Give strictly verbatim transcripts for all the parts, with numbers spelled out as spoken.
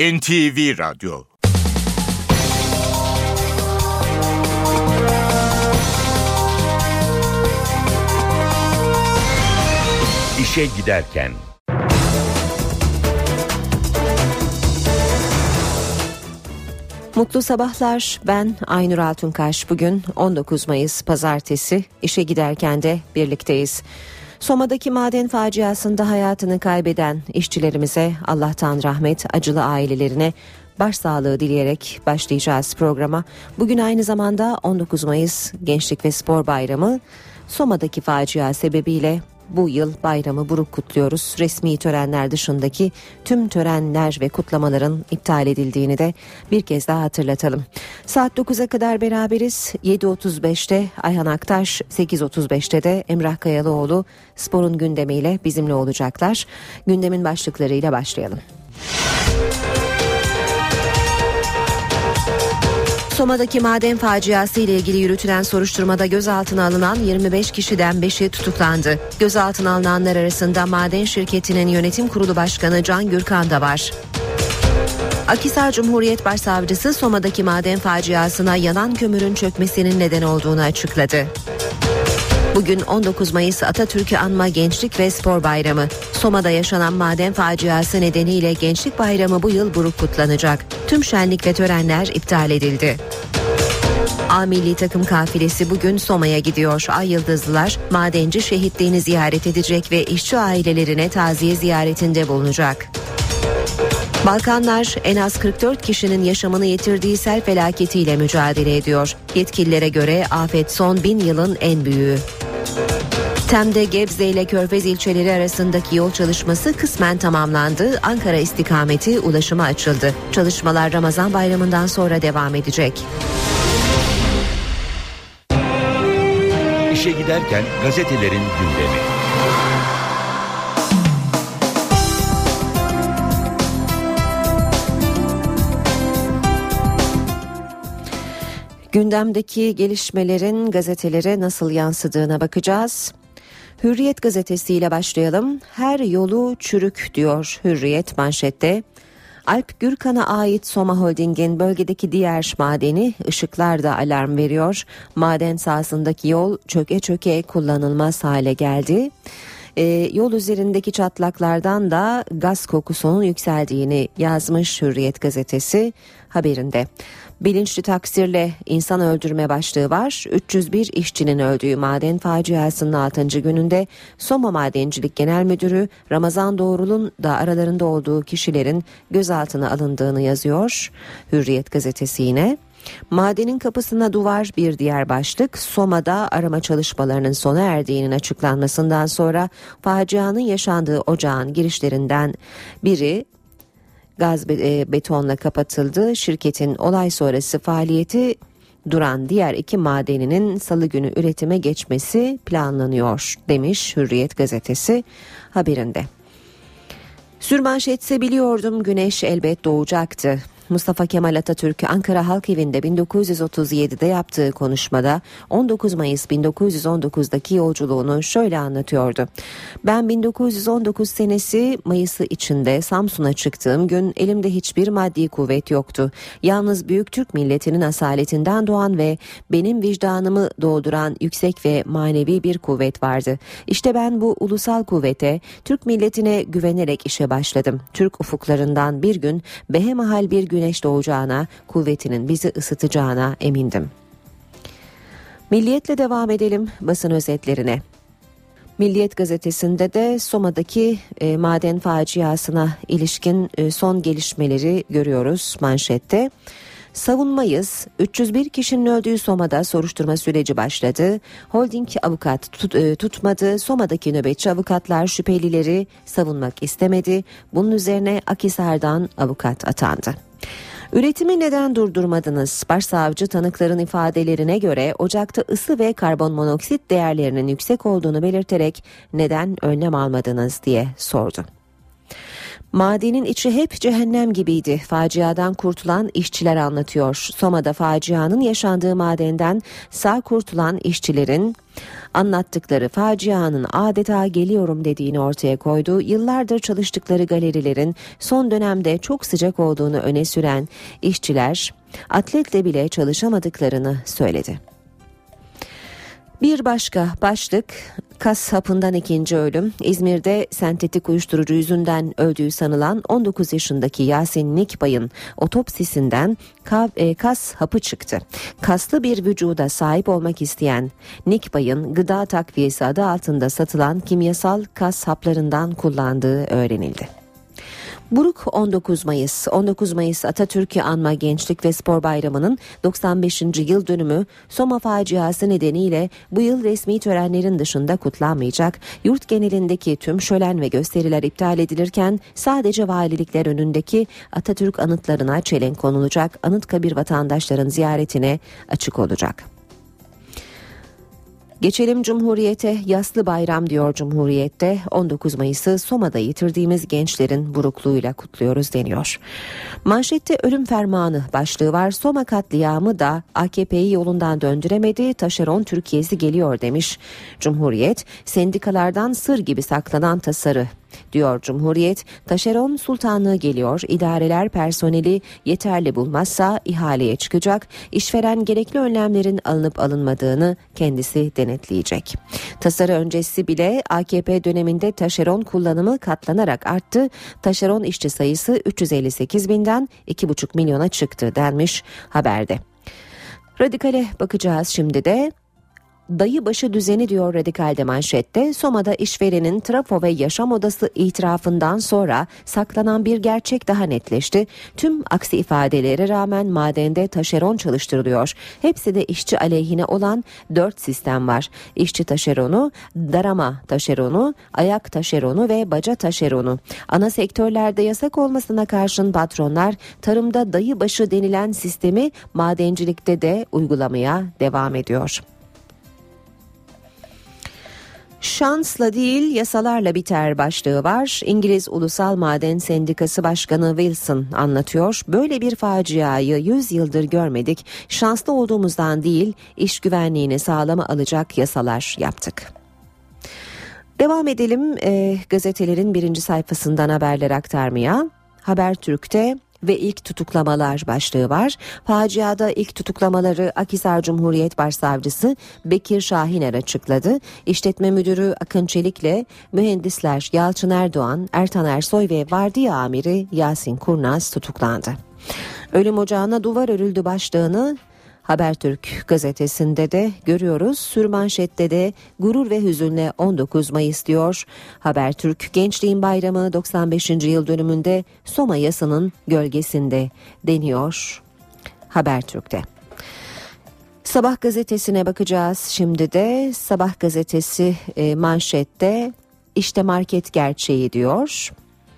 N T V Radyo. İşe giderken. Mutlu sabahlar, ben Aynur Altunkaş. Bugün on dokuz Mayıs Pazartesi, işe giderken de birlikteyiz. Soma'daki maden faciasında hayatını kaybeden işçilerimize Allah'tan rahmet, acılı ailelerine başsağlığı dileyerek başlayacağız programa. Bugün aynı zamanda on dokuz Mayıs Gençlik ve Spor Bayramı. Soma'daki facia sebebiyle bu yıl bayramı buruk kutluyoruz. Resmi törenler dışındaki tüm törenler ve kutlamaların iptal edildiğini de bir kez daha hatırlatalım. Saat dokuza kadar beraberiz. yedi otuz beşte Ayhan Aktaş, sekiz otuz beşte de Emrah Kayalıoğlu sporun gündemiyle bizimle olacaklar. Gündemin başlıklarıyla başlayalım. Soma'daki maden faciası ile ilgili yürütülen soruşturmada gözaltına alınan yirmi beş kişiden beşi tutuklandı. Gözaltına alınanlar arasında maden şirketinin yönetim kurulu başkanı Can Gürkan da var. Akhisar Cumhuriyet Başsavcısı Soma'daki maden faciasına yanan kömürün çökmesinin neden olduğunu açıkladı. Bugün on dokuz Mayıs Atatürk'ü anma Gençlik ve Spor Bayramı. Soma'da yaşanan maden faciası nedeniyle Gençlik Bayramı bu yıl buruk kutlanacak. Tüm şenlik ve törenler iptal edildi. A milli takım kafilesi bugün Soma'ya gidiyor. Ay Yıldızlılar madenci şehitliğini ziyaret edecek ve işçi ailelerine taziye ziyaretinde bulunacak. Balkanlar en az kırk dört kişinin yaşamını yitirdiği sel felaketiyle mücadele ediyor. Yetkililere göre afet son bin yılın en büyüğü. Tem'de Gebze ile Körfez ilçeleri arasındaki yol çalışması kısmen tamamlandı. Ankara istikameti ulaşıma açıldı. Çalışmalar Ramazan bayramından sonra devam edecek. İşe giderken gazetelerin gündemi. Gündemdeki gelişmelerin gazetelere nasıl yansıdığına bakacağız. Hürriyet gazetesiyle başlayalım. Her yolu çürük diyor Hürriyet manşette. Alp Gürkan'a ait Soma Holding'in bölgedeki diğer madeni ışıklar da alarm veriyor. Maden sahasındaki yol çöke çöke kullanılmaz hale geldi. E, yol üzerindeki çatlaklardan da gaz kokusunun yükseldiğini yazmış Hürriyet gazetesi haberinde. Bilinçli taksirle insan öldürme başlığı var. üç yüz bir işçinin öldüğü maden faciasının altıncı gününde Soma Madencilik Genel Müdürü Ramazan Doğrul'un da aralarında olduğu kişilerin gözaltına alındığını yazıyor Hürriyet gazetesi yine. Madenin kapısına duvar bir diğer başlık. Soma'da arama çalışmalarının sona erdiğinin açıklanmasından sonra facianın yaşandığı ocağın girişlerinden biri gaz betonla kapatıldı. Şirketin olay sonrası faaliyeti duran diğer iki madeninin salı günü üretime geçmesi planlanıyor demiş Hürriyet gazetesi haberinde. Sürmanşetse biliyordum güneş elbet doğacaktı. Mustafa Kemal Atatürk Ankara Halk Evi'nde bin dokuz yüz otuz yedide yaptığı konuşmada on dokuz Mayıs bin dokuz yüz on dokuzdaki yolculuğunu şöyle anlatıyordu. Ben bin dokuz yüz on dokuz senesi Mayıs'ı içinde Samsun'a çıktığım gün elimde hiçbir maddi kuvvet yoktu. Yalnız büyük Türk milletinin asaletinden doğan ve benim vicdanımı doğduran yüksek ve manevi bir kuvvet vardı. İşte ben bu ulusal kuvvete, Türk milletine güvenerek işe başladım. Türk ufuklarından bir gün behemahal bir gün güneş doğacağına, kuvvetinin bizi ısıtacağına emindim. Milliyetle devam edelim basın özetlerine. Milliyet gazetesinde de Soma'daki e, maden faciasına ilişkin e, son gelişmeleri görüyoruz manşette. Savunmayız. üç yüz bir kişinin öldüğü Soma'da soruşturma süreci başladı. Holding avukat tut, e, tutmadı. Soma'daki nöbetçi avukatlar şüphelileri savunmak istemedi. Bunun üzerine Akhisar'dan avukat atandı. Üretimi neden durdurmadınız? Başsavcı tanıkların ifadelerine göre ocakta ısı ve karbon monoksit değerlerinin yüksek olduğunu belirterek neden önlem almadınız diye sordu. Madenin içi hep cehennem gibiydi. Faciadan kurtulan işçiler anlatıyor. Soma'da facianın yaşandığı madenden sağ kurtulan işçilerin anlattıkları facianın adeta geliyorum dediğini ortaya koydu. Yıllardır çalıştıkları galerilerin son dönemde çok sıcak olduğunu öne süren işçiler atletle bile çalışamadıklarını söyledi. Bir başka başlık, kas hapından ikinci ölüm. İzmir'de sentetik uyuşturucu yüzünden öldüğü sanılan on dokuz yaşındaki Yasin Nikbay'ın otopsisinden kas hapı çıktı. Kaslı bir vücuda sahip olmak isteyen Nikbay'ın gıda takviyesi adı altında satılan kimyasal kas haplarından kullandığı öğrenildi. Buruk on dokuz Mayıs. on dokuz Mayıs Atatürk'ü anma Gençlik ve Spor Bayramı'nın doksan beşinci yıl dönümü Soma faciası nedeniyle bu yıl resmi törenlerin dışında kutlanmayacak. Yurt genelindeki tüm şölen ve gösteriler iptal edilirken sadece valilikler önündeki Atatürk anıtlarına çelenk konulacak. Anıtkabir vatandaşların ziyaretine açık olacak. Geçelim Cumhuriyet'e. Yaslı bayram diyor Cumhuriyet'te. on dokuz Mayıs'ı Soma'da yitirdiğimiz gençlerin burukluğuyla kutluyoruz deniyor. Manşette ölüm fermanı başlığı var. Soma katliamı da A K P'yi yolundan döndüremedi. Taşeron Türkiye'si geliyor demiş Cumhuriyet. Sendikalardan sır gibi saklanan tasarı diyor Cumhuriyet. Taşeron sultanlığı geliyor. İdareler personeli yeterli bulmazsa ihaleye çıkacak. İşveren gerekli önlemlerin alınıp alınmadığını kendisi denetleyecek. Tasarı öncesi bile A K P döneminde taşeron kullanımı katlanarak arttı. Taşeron işçi sayısı üç yüz elli sekiz binden iki buçuk milyona çıktı denmiş haberde. Radikale bakacağız şimdi de. Dayı başı düzeni diyor Radikal'de manşette. Soma'da işverenin trafo ve yaşam odası itirafından sonra saklanan bir gerçek daha netleşti. Tüm aksi ifadelere rağmen madende taşeron çalıştırılıyor. Hepsi de işçi aleyhine olan dört sistem var. İşçi taşeronu, darama taşeronu, ayak taşeronu ve baca taşeronu. Ana sektörlerde yasak olmasına karşın patronlar tarımda dayı başı denilen sistemi madencilikte de uygulamaya devam ediyor. Şansla değil yasalarla biter başlığı var. İngiliz Ulusal Maden Sendikası Başkanı Wilson anlatıyor. Böyle bir faciayı yüz yıldır görmedik. Şanslı olduğumuzdan değil, iş güvenliğini sağlama alacak yasalar yaptık. Devam edelim e, gazetelerin birinci sayfasından haberler aktarmaya. Habertürk'te ve ilk tutuklamalar başlığı var. Faciada ilk tutuklamaları Akhisar Cumhuriyet Başsavcısı Bekir Şahiner açıkladı. İşletme Müdürü Akın Çelik'le mühendisler Yalçın Erdoğan, Ertan Ersoy ve vardiya amiri Yasin Kurnaz tutuklandı. Ölüm ocağına duvar örüldü başlığını Habertürk gazetesinde de görüyoruz. Sürmanşette de gurur ve hüzünle on dokuz Mayıs diyor. Habertürk, Gençliğin Bayramı doksan beşinci yıl dönümünde Soma yasının gölgesinde deniyor Habertürk'te. Sabah gazetesine bakacağız şimdi de. Sabah gazetesi e, manşette işte market gerçeği diyor.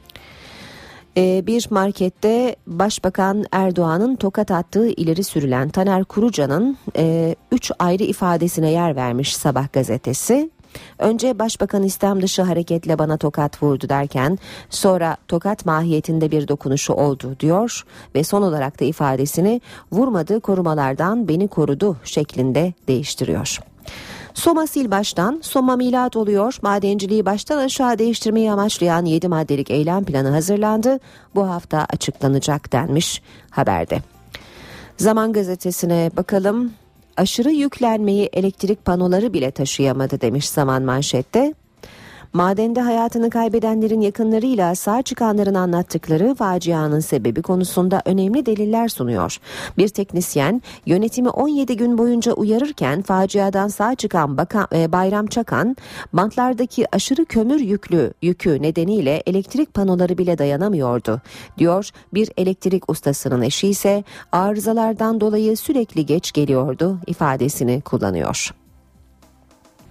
Bir markette Başbakan Erdoğan'ın tokat attığı ileri sürülen Taner Kuruca'nın üç ayrı ifadesine yer vermiş Sabah gazetesi. Önce Başbakan istem dışı hareketle bana tokat vurdu derken sonra tokat mahiyetinde bir dokunuşu oldu diyor ve son olarak da ifadesini vurmadığı korumalardan beni korudu şeklinde değiştiriyor. Soma sil baştan, Soma milat oluyor. Madenciliği baştan aşağı değiştirmeyi amaçlayan yedi maddelik eylem planı hazırlandı. Bu hafta açıklanacak denmiş haberde. Zaman gazetesine bakalım. Aşırı yüklenmeyi elektrik panoları bile taşıyamadı demiş Zaman manşette. Madende hayatını kaybedenlerin yakınlarıyla sağ çıkanların anlattıkları facianın sebebi konusunda önemli deliller sunuyor. Bir teknisyen yönetimi on yedi gün boyunca uyarırken faciadan sağ çıkan Bakan, e, Bayram Çakan, bantlardaki aşırı kömür yüklü yükü nedeniyle elektrik panoları bile dayanamıyordu diyor. Bir elektrik ustasının eşi ise arızalardan dolayı sürekli geç geliyordu ifadesini kullanıyor.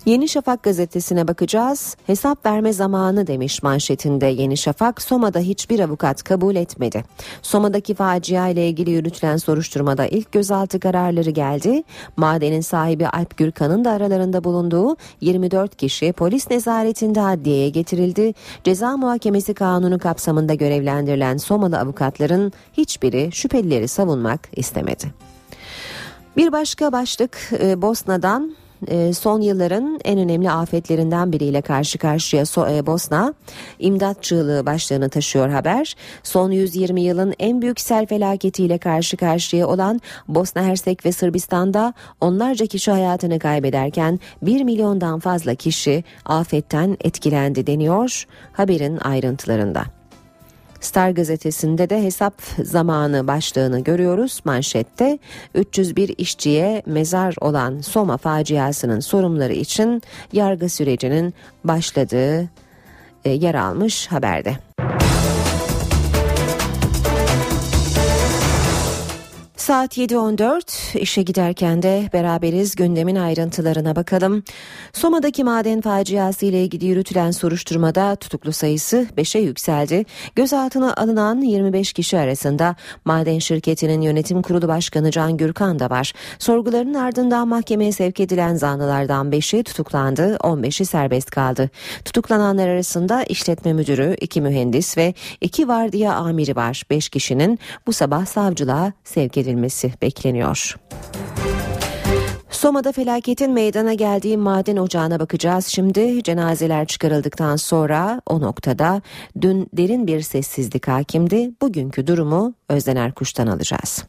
Yeni Şafak gazetesine bakacağız. Hesap verme zamanı demiş manşetinde Yeni Şafak. Soma'da hiçbir avukat kabul etmedi. Soma'daki facia ile ilgili yürütülen soruşturmada ilk gözaltı kararları geldi. Madenin sahibi Alp Gürkan'ın da aralarında bulunduğu yirmi dört kişi polis nezaretinde adliyeye getirildi. Ceza muhakemesi kanunu kapsamında görevlendirilen Somalı avukatların hiçbiri şüphelileri savunmak istemedi. Bir başka başlık e, Bosna'dan. Son yılların en önemli afetlerinden biriyle karşı karşıya Bosna. İmdat çığlığı başlığını taşıyor haber. Son yüz yirmi yılın en büyük sel felaketiyle karşı karşıya olan Bosna Hersek ve Sırbistan'da onlarca kişi hayatını kaybederken bir milyondan fazla kişi afetten etkilendi deniyor haberin ayrıntılarında. Star gazetesinde de hesap zamanı başlığını görüyoruz manşette. üç yüz bir işçiye mezar olan Soma faciasının sorumluları için yargı sürecinin başladığı e, yer almış haberde. Saat yedi on dört, işe giderken de beraberiz, gündemin ayrıntılarına bakalım. Soma'daki maden faciası ile ilgili yürütülen soruşturmada tutuklu sayısı beşe yükseldi. Gözaltına alınan yirmi beş kişi arasında maden şirketinin yönetim kurulu başkanı Can Gürkan da var. Sorguların ardından mahkemeye sevk edilen zanlılardan beşi tutuklandı, on beşi serbest kaldı. Tutuklananlar arasında işletme müdürü, iki mühendis ve iki vardiya amiri var. beş kişinin bu sabah savcılığa sevk edildi bekleniyor. Soma'da felaketin meydana geldiği maden ocağına bakacağız. Şimdi cenazeler çıkarıldıktan sonra o noktada dün derin bir sessizlik hakimdi. Bugünkü durumu Özden Erkuş'tan alacağız.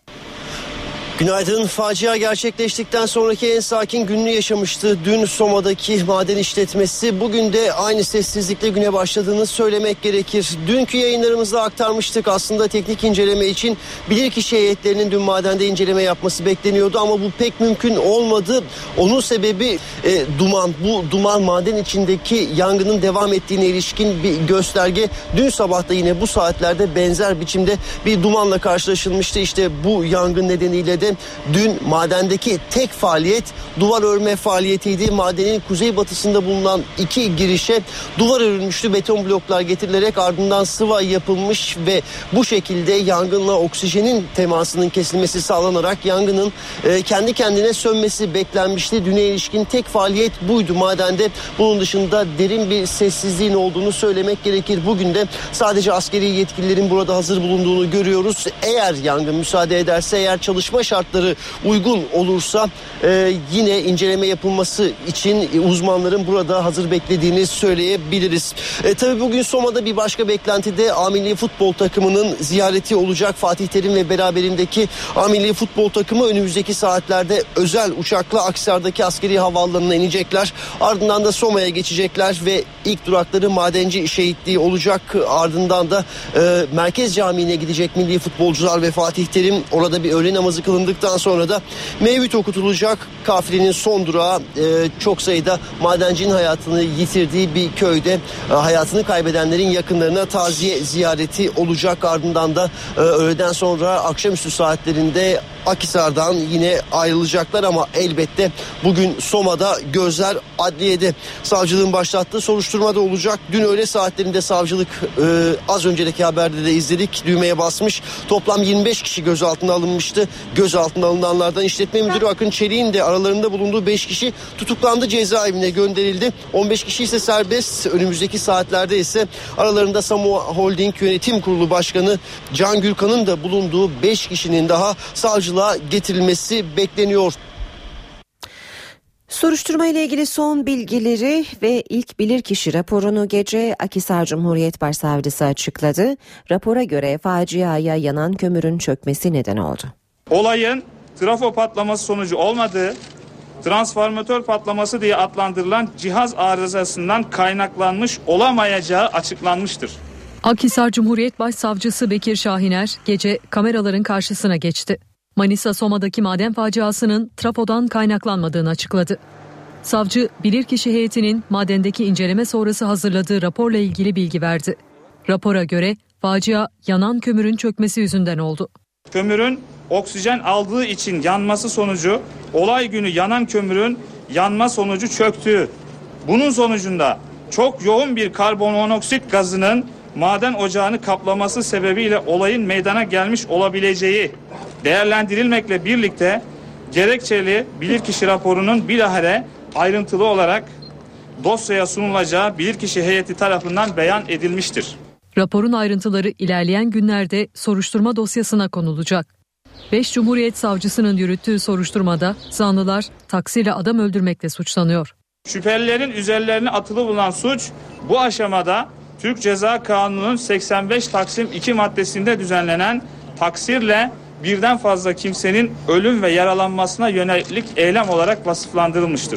Günaydın. Facia gerçekleştikten sonraki en sakin gününü yaşamıştı dün Soma'daki maden işletmesi. Bugün de aynı sessizlikle güne başladığını söylemek gerekir. Dünkü yayınlarımızda aktarmıştık. Aslında teknik inceleme için bilirkişi heyetlerinin dün madende inceleme yapması bekleniyordu ama bu pek mümkün olmadı. Onun sebebi e, duman. Bu duman maden içindeki yangının devam ettiğine ilişkin bir gösterge. Dün sabah da yine bu saatlerde benzer biçimde bir dumanla karşılaşılmıştı. İşte bu yangın nedeniyle de dün madendeki tek faaliyet duvar örme faaliyetiydi. Madenin kuzeybatısında bulunan iki girişe duvar örülmüştü. Beton bloklar getirilerek ardından sıva yapılmış ve bu şekilde yangınla oksijenin temasının kesilmesi sağlanarak yangının e, kendi kendine sönmesi beklenmişti. Düne ilişkin tek faaliyet buydu madende. Bunun dışında derin bir sessizliğin olduğunu söylemek gerekir. Bugün de sadece askeri yetkililerin burada hazır bulunduğunu görüyoruz. Eğer yangın müsaade ederse, eğer çalışma şartları uygun olursa e, yine inceleme yapılması için uzmanların burada hazır beklediğini söyleyebiliriz. E, tabii bugün Soma'da bir başka beklenti de A Milli Futbol takımının ziyareti olacak. Fatih Terim ve beraberindeki A Milli Futbol takımı önümüzdeki saatlerde özel uçakla Aksar'daki askeri havaalanına inecekler. Ardından da Soma'ya geçecekler ve ilk durakları Madenci Şehitliği olacak. Ardından da e, Merkez Camii'ne gidecek milli futbolcular ve Fatih Terim. Orada bir öğle namazı kılındıktan sonra da mevlüt okutulacak. Kafilenin son durağı e, çok sayıda madencinin hayatını yitirdiği bir köyde e, hayatını kaybedenlerin yakınlarına taziye ziyareti olacak. Ardından da e, öğleden sonra akşamüstü saatlerinde Akhisar'dan yine ayrılacaklar ama elbette bugün Soma'da gözler adliyede. Savcılığın başlattığı soruşturmada olacak. Dün öğle saatlerinde savcılık e, az önceki haberde de izledik, düğmeye basmış. Toplam yirmi beş kişi gözaltına alınmıştı. Gözaltına alınanlardan işletme müdürü Akın Çelik'in de aralarında bulunduğu beş kişi tutuklandı, cezaevine gönderildi. on beş kişi ise serbest. Önümüzdeki saatlerde ise aralarında Samoa Holding Yönetim Kurulu Başkanı Can Gürkan'ın da bulunduğu beş kişinin daha savcılığa getirilmesi bekleniyor. Soruşturma ile ilgili son bilgileri ve ilk bilirkişi raporunu gece Akhisar Cumhuriyet Başsavcısı açıkladı. Rapora göre faciaya yanan kömürün çökmesi neden oldu. Olayın trafo patlaması sonucu olmadığı, transformatör patlaması diye adlandırılan cihaz arızasından kaynaklanmış olamayacağı açıklanmıştır. Akhisar Cumhuriyet Başsavcısı Bekir Şahiner gece kameraların karşısına geçti. Manisa Soma'daki maden faciasının trafodan kaynaklanmadığını açıkladı. Savcı, bilirkişi heyetinin madendeki inceleme sonrası hazırladığı raporla ilgili bilgi verdi. Rapora göre facia yanan kömürün çökmesi yüzünden oldu. Kömürün oksijen aldığı için yanması sonucu olay günü yanan kömürün yanma sonucu çöktüğü, bunun sonucunda çok yoğun bir karbonmonoksit gazının maden ocağını kaplaması sebebiyle olayın meydana gelmiş olabileceği değerlendirilmekle birlikte gerekçeli bilirkişi raporunun bilahare ayrıntılı olarak dosyaya sunulacağı bilirkişi heyeti tarafından beyan edilmiştir. Raporun ayrıntıları ilerleyen günlerde soruşturma dosyasına konulacak. beş Cumhuriyet Savcısının yürüttüğü soruşturmada zanlılar taksirle adam öldürmekle suçlanıyor. Şüphelilerin üzerlerine atılı bulunan suç bu aşamada Türk Ceza Kanunu'nun seksen beş Taksim iki maddesinde düzenlenen taksirle birden fazla kimsenin ölüm ve yaralanmasına yönelik eylem olarak vasıflandırılmıştır.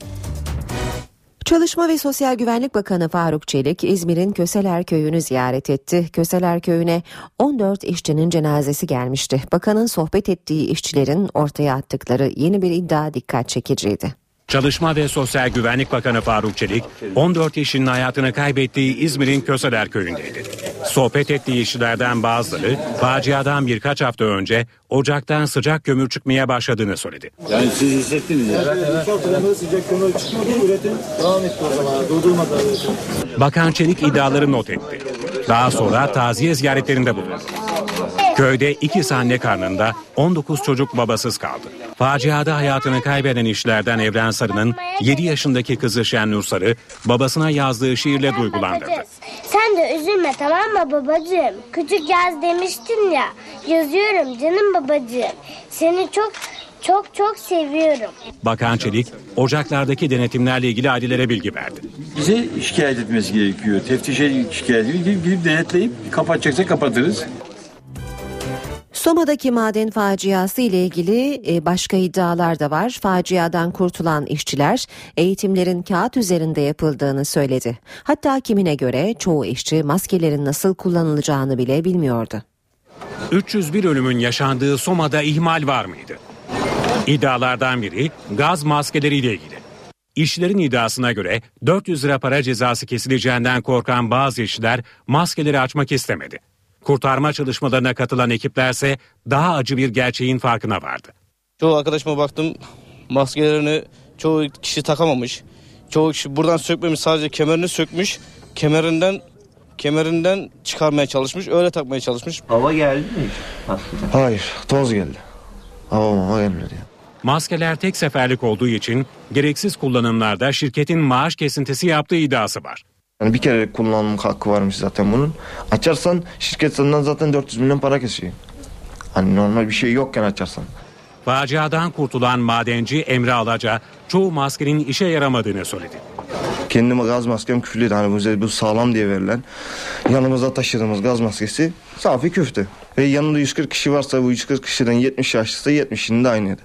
Çalışma ve Sosyal Güvenlik Bakanı Faruk Çelik, İzmir'in Köseler Köyü'nü ziyaret etti. Köseler Köyü'ne on dört işçinin cenazesi gelmişti. Bakanın sohbet ettiği işçilerin ortaya attıkları yeni bir iddia dikkat çekiciydi. Çalışma ve Sosyal Güvenlik Bakanı Faruk Çelik, on dört işçinin hayatını kaybettiği İzmir'in Köseler Köyü'ndeydi. Sohbet ettiği işçilerden bazıları faciadan birkaç hafta önce ocaktan sıcak kömür çıkmaya başladığını söyledi. Yani siz hissettiniz ya. Evet, evet. evet. Sıcak kömür çıkıyordu, üretim devam etti o zaman, durdurmadan üretim. Bakan Çelik iddiaları not etti. Daha sonra taziye ziyaretlerinde bulundu. Köyde iki anne karnında on dokuz çocuk babasız kaldı. Faciada hayatını kaybeden işlerden Evren Sarı'nın yedi yaşındaki kızı Şennur Sarı babasına yazdığı şiirle duygulandırdı. Sen de üzülme, tamam mı babacığım? Küçük yaz demiştin ya. Yazıyorum canım babacığım. Seni çok çok çok seviyorum. Bakan Çelik, ocaklardaki denetimlerle ilgili ailelere bilgi verdi. Bize şikayet etmesi gerekiyor. Teftişe şikayet ediyor. Gidip, gidip denetleyip kapatacaksa kapatırız. Soma'daki maden faciası ile ilgili başka iddialar da var. Faciadan kurtulan işçiler eğitimlerin kağıt üzerinde yapıldığını söyledi. Hatta kimine göre çoğu işçi maskelerin nasıl kullanılacağını bile bilmiyordu. üç yüz bir ölümün yaşandığı Soma'da ihmal var mıydı? İddialardan biri gaz maskeleriyle ilgili. İşçilerin iddiasına göre dört yüz lira para cezası kesileceğinden korkan bazı işçiler maskeleri açmak istemedi. Kurtarma çalışmalarına katılan ekiplerse daha acı bir gerçeğin farkına vardı. Çoğu arkadaşıma baktım, maskelerini çoğu kişi takamamış. Çoğu kişi buradan sökmemiş, sadece kemerini sökmüş. Kemerinden kemerinden çıkarmaya çalışmış, öyle takmaya çalışmış. Hava geldi mi? Hayır, toz geldi. Hava hava gelmedi. Yani. Maskeler tek seferlik olduğu için gereksiz kullanımlarda şirketin maaş kesintisi yaptığı iddiası var. Yani bir kere kullanım hakkı varmış zaten bunun. Açarsan şirket senden zaten dört yüz milyon para kesiyor. Hani normal bir şey yokken açarsan. Faciadan kurtulan madenci Emre Alaca çoğu maskenin işe yaramadığını söyledi. Kendime gaz maskem küflüydü. Hani bize bu sağlam diye verilen. Yanımızda taşıdığımız gaz maskesi safi küftü. Ve yanında yüz kırk kişi varsa bu yüz kırk kişiden yetmiş yaşlısı yetmişinin de aynıydı.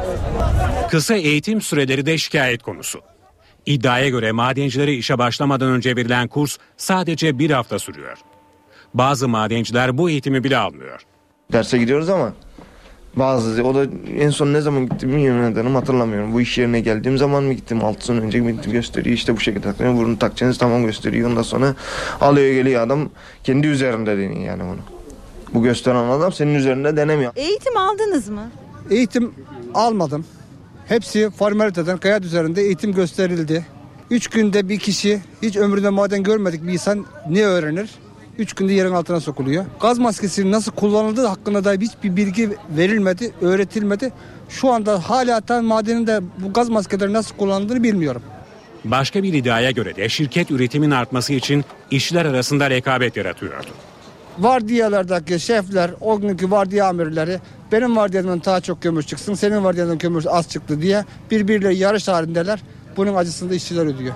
Kısa eğitim süreleri de şikayet konusu. İddiaya göre madencilere işe başlamadan önce verilen kurs sadece bir hafta sürüyor. Bazı madenciler bu eğitimi bile almıyor. Derse gidiyoruz ama bazı, o da en son ne zaman gittim yemin ederim hatırlamıyorum. Bu iş yerine geldiğim zaman mı gittim, altı sene önce gittim, gösteriyor işte bu şekilde takıyor. Bunu takacaksınız, tamam gösteriyor. Ondan sonra alıyor geliyor adam kendi üzerinde deniyor yani bunu. Bu gösteren adam senin üzerinde denemiyor. Eğitim aldınız mı? Eğitim almadım. Hepsi formaliteden kağıt üzerinde eğitim gösterildi. Üç günde bir kişi, hiç ömründe maden görmedik bir insan ne öğrenir? Üç günde yerin altına sokuluyor. Gaz maskesinin nasıl kullanıldığı hakkında da hiçbir bilgi verilmedi, öğretilmedi. Şu anda hala tam madeninde bu gaz maskeleri nasıl kullanıldığını bilmiyorum. Başka bir iddiaya göre de şirket üretimin artması için işçiler arasında rekabet yaratıyordu. Vardiyalardaki şefler, o günkü vardiya amirleri benim vardiyamdan daha çok kömür çıksın, senin vardiyandan kömür az çıktı diye birbirleri yarış halindeler. Bunun acısını da işçiler ödüyor.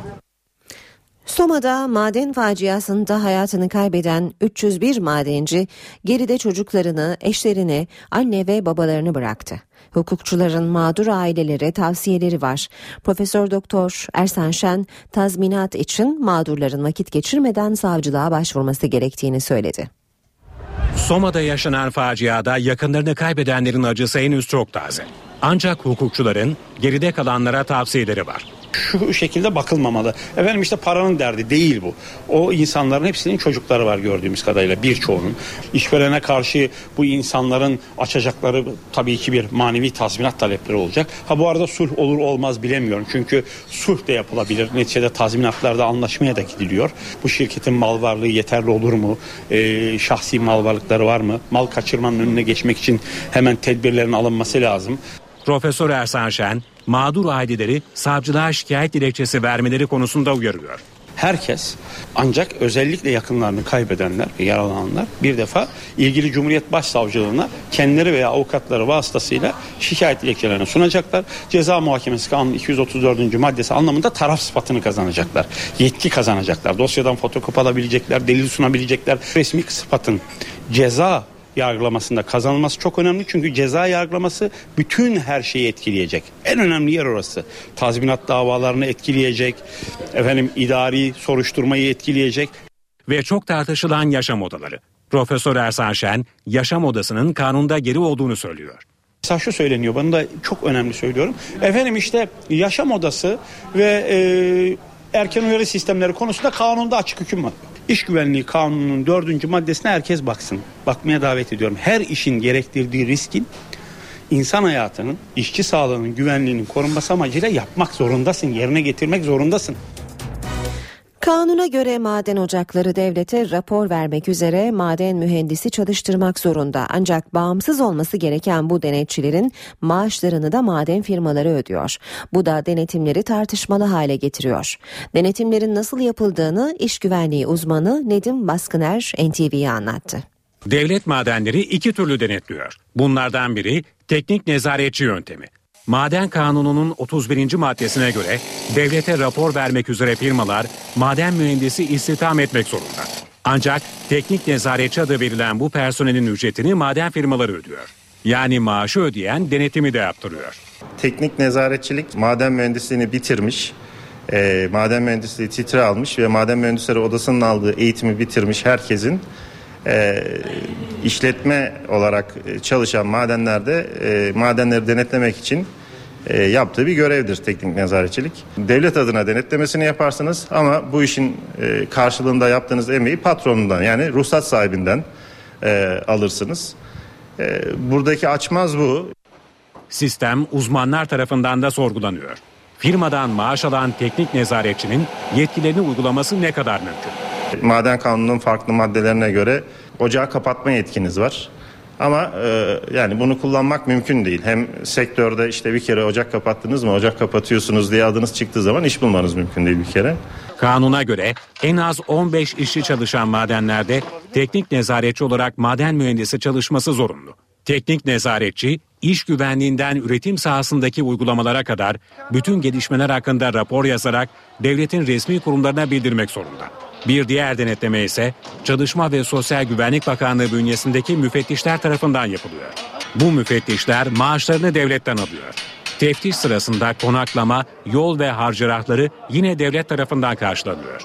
Soma'da maden faciasında hayatını kaybeden üç yüz bir madenci geride çocuklarını, eşlerini, anne ve babalarını bıraktı. Hukukçuların mağdur ailelere tavsiyeleri var. Profesör Doktor Ersan Şen tazminat için mağdurların vakit geçirmeden savcılığa başvurması gerektiğini söyledi. Soma'da yaşanan faciada yakınlarını kaybedenlerin acısı henüz çok taze. Ancak hukukçuların geride kalanlara tavsiyeleri var. Şu şekilde bakılmamalı. Efendim işte paranın derdi değil bu. O insanların hepsinin çocukları var gördüğümüz kadarıyla, birçoğunun. İşverene karşı bu insanların açacakları tabii ki bir manevi tazminat talepleri olacak. Ha bu arada sulh olur olmaz bilemiyorum. Çünkü sulh da yapılabilir. Neticede tazminatlarda anlaşmaya da gidiliyor. Bu şirketin mal varlığı yeterli olur mu? Ee, şahsi mal varlıkları var mı? Mal kaçırmanın önüne geçmek için hemen tedbirlerin alınması lazım. Profesör Ersan Şen, mağdur aileleri savcılığa şikayet dilekçesi vermeleri konusunda uyarıyor. Herkes, ancak özellikle yakınlarını kaybedenler ve yaralananlar bir defa ilgili Cumhuriyet Başsavcılığına kendileri veya avukatları vasıtasıyla şikayet dilekçelerini sunacaklar. Ceza Muhakemesi Kanunu iki yüz otuz dördüncü maddesi anlamında taraf sıfatını kazanacaklar. Yetki kazanacaklar. Dosyadan fotokopi alabilecekler, delil sunabilecekler. Resmi sıfatın ceza yargılamasında kazanılması çok önemli. Çünkü ceza yargılaması bütün her şeyi etkileyecek. En önemli yer orası. Tazminat davalarını etkileyecek. Efendim idari soruşturmayı etkileyecek. Ve çok tartışılan yaşam odaları. Profesör Ersan Şen, yaşam odasının kanunda geri olduğunu söylüyor. Mesela şu söyleniyor, bana da çok önemli söylüyorum. Efendim işte yaşam odası ve e, erken uyarı sistemleri konusunda kanunda açık hüküm var. İş Güvenliği Kanunu'nun dördüncü maddesine herkes baksın. Bakmaya davet ediyorum. Her işin gerektirdiği riskin insan hayatının, işçi sağlığının, güvenliğinin korunması amacıyla yapmak zorundasın. Yerine getirmek zorundasın. Kanuna göre maden ocakları devlete rapor vermek üzere maden mühendisi çalıştırmak zorunda. Ancak bağımsız olması gereken bu denetçilerin maaşlarını da maden firmaları ödüyor. Bu da denetimleri tartışmalı hale getiriyor. Denetimlerin nasıl yapıldığını iş güvenliği uzmanı Nedim Baskıner N T V'ye anlattı. Devlet madenleri iki türlü denetliyor. Bunlardan biri teknik nezaretçi yöntemi. Maden Kanunu'nun otuz birinci maddesine göre devlete rapor vermek üzere firmalar maden mühendisi istihdam etmek zorunda. Ancak teknik nezaretçi adı verilen bu personelin ücretini maden firmaları ödüyor. Yani maaşı ödeyen denetimi de yaptırıyor. Teknik nezaretçilik maden mühendisliğini bitirmiş, e, maden mühendisliği titre almış ve maden mühendisleri odasının aldığı eğitimi bitirmiş herkesin e, işletme olarak çalışan madenlerde e, madenleri denetlemek için e, yaptığı bir görevdir teknik nezaretçilik. Devlet adına denetlemesini yaparsınız ama bu işin e, karşılığında yaptığınız emeği patronundan, yani ruhsat sahibinden e, alırsınız. E, buradaki açmaz bu. Sistem uzmanlar tarafından da sorgulanıyor. Firmadan maaş alan teknik nezaretçinin yetkilerini uygulaması ne kadar mümkün? Maden Kanunu'nun farklı maddelerine göre ocağı kapatma yetkiniz var. Ama e, yani bunu kullanmak mümkün değil. Hem sektörde işte bir kere ocak kapattınız mı, ocak kapatıyorsunuz diye adınız çıktığı zaman iş bulmanız mümkün değil bir kere. Kanuna göre en az on beş işçi çalışan madenlerde teknik nezaretçi olarak maden mühendisi çalışması zorunlu. Teknik nezaretçi, iş güvenliğinden üretim sahasındaki uygulamalara kadar bütün gelişmeler hakkında rapor yazarak devletin resmi kurumlarına bildirmek zorunda. Bir diğer denetleme ise Çalışma ve Sosyal Güvenlik Bakanlığı bünyesindeki müfettişler tarafından yapılıyor. Bu müfettişler maaşlarını devletten alıyor. Teftiş sırasında konaklama, yol ve harcırahları yine devlet tarafından karşılanıyor.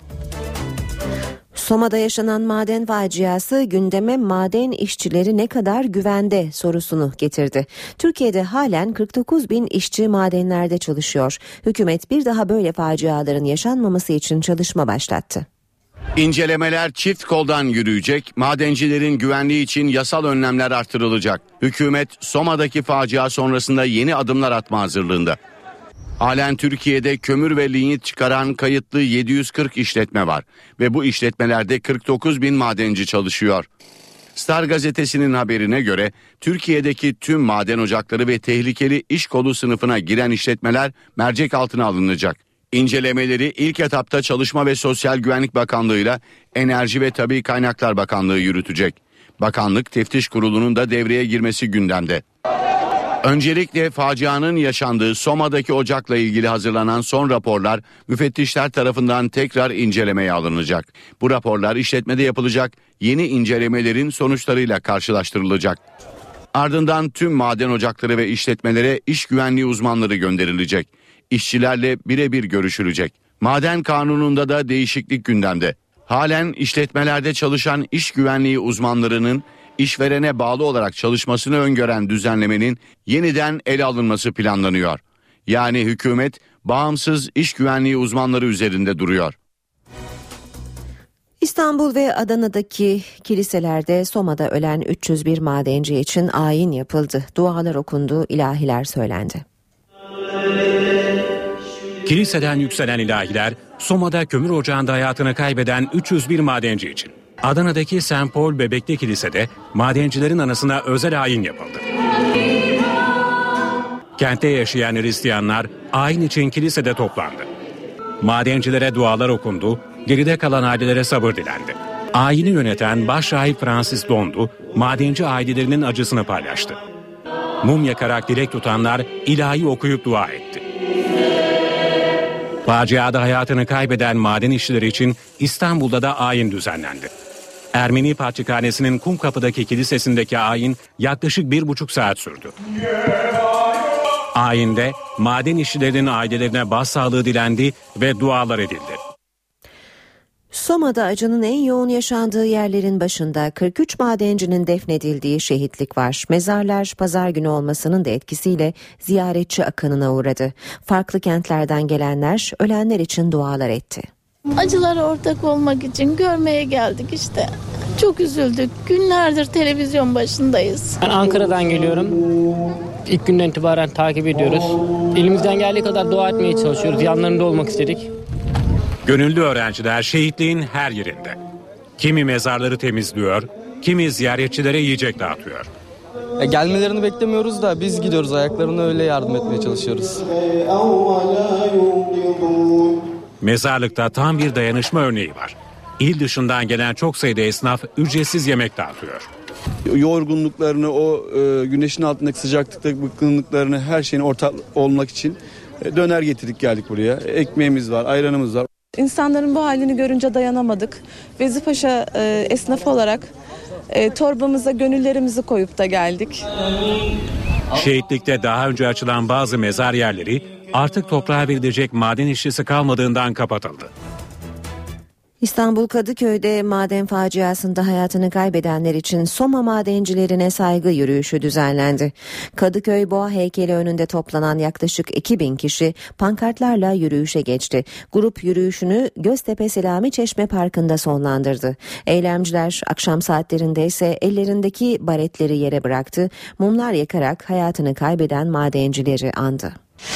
Soma'da yaşanan maden faciası gündeme maden işçileri ne kadar güvende sorusunu getirdi. Türkiye'de halen kırk dokuz bin işçi madenlerde çalışıyor. Hükümet bir daha böyle faciaların yaşanmaması için çalışma başlattı. İncelemeler çift koldan yürüyecek, madencilerin güvenliği için yasal önlemler artırılacak. Hükümet Soma'daki facia sonrasında yeni adımlar atma hazırlığında. Halen Türkiye'de kömür ve lignit çıkaran kayıtlı yedi yüz kırk işletme var ve bu işletmelerde kırk dokuz bin madenci çalışıyor. Star gazetesinin haberine göre Türkiye'deki tüm maden ocakları ve tehlikeli iş kolu sınıfına giren işletmeler mercek altına alınacak. İncelemeleri ilk etapta Çalışma ve Sosyal Güvenlik Bakanlığı ile Enerji ve Tabii Kaynaklar Bakanlığı yürütecek. Bakanlık Teftiş Kurulu'nun da devreye girmesi gündemde. Öncelikle facianın yaşandığı Soma'daki ocakla ilgili hazırlanan son raporlar müfettişler tarafından tekrar incelemeye alınacak. Bu raporlar işletmede yapılacak yeni incelemelerin sonuçlarıyla karşılaştırılacak. Ardından tüm maden ocakları ve işletmelere iş güvenliği uzmanları gönderilecek. İşçilerle birebir görüşülecek. Maden Kanunu'nda da değişiklik gündemde. Halen işletmelerde çalışan iş güvenliği uzmanlarının işverene bağlı olarak çalışmasını öngören düzenlemenin yeniden ele alınması planlanıyor. Yani hükümet bağımsız iş güvenliği uzmanları üzerinde duruyor. İstanbul ve Adana'daki kiliselerde Soma'da ölen üç yüz bir madenci için ayin yapıldı. Dualar okundu, ilahiler söylendi. Kiliseden yükselen ilahiler Soma'da kömür ocağında hayatını kaybeden üç yüz bir madenci için. Adana'daki Saint Paul Bebekli Kilise'de madencilerin anısına özel ayin yapıldı. Kentte yaşayan Hristiyanlar ayin için kilisede toplandı. Madencilere dualar okundu, geride kalan ailelere sabır dilendi. Ayini yöneten Başrahip Francis Dondu, madenci ailelerinin acısını paylaştı. Mum yakarak dilek tutanlar ilahi okuyup dua etti. Faciada hayatını kaybeden maden işçileri için İstanbul'da da ayin düzenlendi. Ermeni Patrikhanesi'nin Kumkapı'daki kilisesindeki ayin yaklaşık bir buçuk saat sürdü. Ayinde maden işçilerinin ailelerine başsağlığı dilendi ve dualar edildi. Soma'da acının en yoğun yaşandığı yerlerin başında kırk üç madencinin defnedildiği şehitlik var. Mezarlar pazar günü olmasının da etkisiyle ziyaretçi akınına uğradı. Farklı kentlerden gelenler ölenler için dualar etti. Acılara ortak olmak için görmeye geldik işte. Çok üzüldük. Günlerdir televizyon başındayız. Ben Ankara'dan geliyorum. İlk günden itibaren takip ediyoruz. Elimizden geldiği kadar dua etmeye çalışıyoruz. Yanlarında olmak istedik. Gönüllü öğrenciler şehitliğin her yerinde. Kimi mezarları temizliyor, kimi ziyaretçilere yiyecek dağıtıyor. E, gelmelerini beklemiyoruz da biz gidiyoruz, ayaklarına öyle yardım etmeye çalışıyoruz. Mezarlıkta tam bir dayanışma örneği var. İl dışından gelen çok sayıda esnaf ücretsiz yemek dağıtıyor. Yorgunluklarını, o e, güneşin altındaki sıcaklıktaki bıkkınlıklarını, her şeyin ortak olmak için e, döner getirdik geldik buraya. Ekmeğimiz var, ayranımız var. İnsanların bu halini görünce dayanamadık. Vezipaşa e, esnafı olarak e, torbamıza gönüllerimizi koyup da geldik. Şehitlikte daha önce açılan bazı mezar yerleri artık toprağa verilecek maden işçisi kalmadığından kapatıldı. İstanbul Kadıköy'de maden faciasında hayatını kaybedenler için Soma madencilerine saygı yürüyüşü düzenlendi. Kadıköy Boğa heykeli önünde toplanan yaklaşık iki bin kişi pankartlarla yürüyüşe geçti. Grup yürüyüşünü Göztepe Selami Çeşme Parkı'nda sonlandırdı. Eylemciler akşam saatlerinde ise ellerindeki baretleri yere bıraktı. Mumlar yakarak hayatını kaybeden madencileri andı.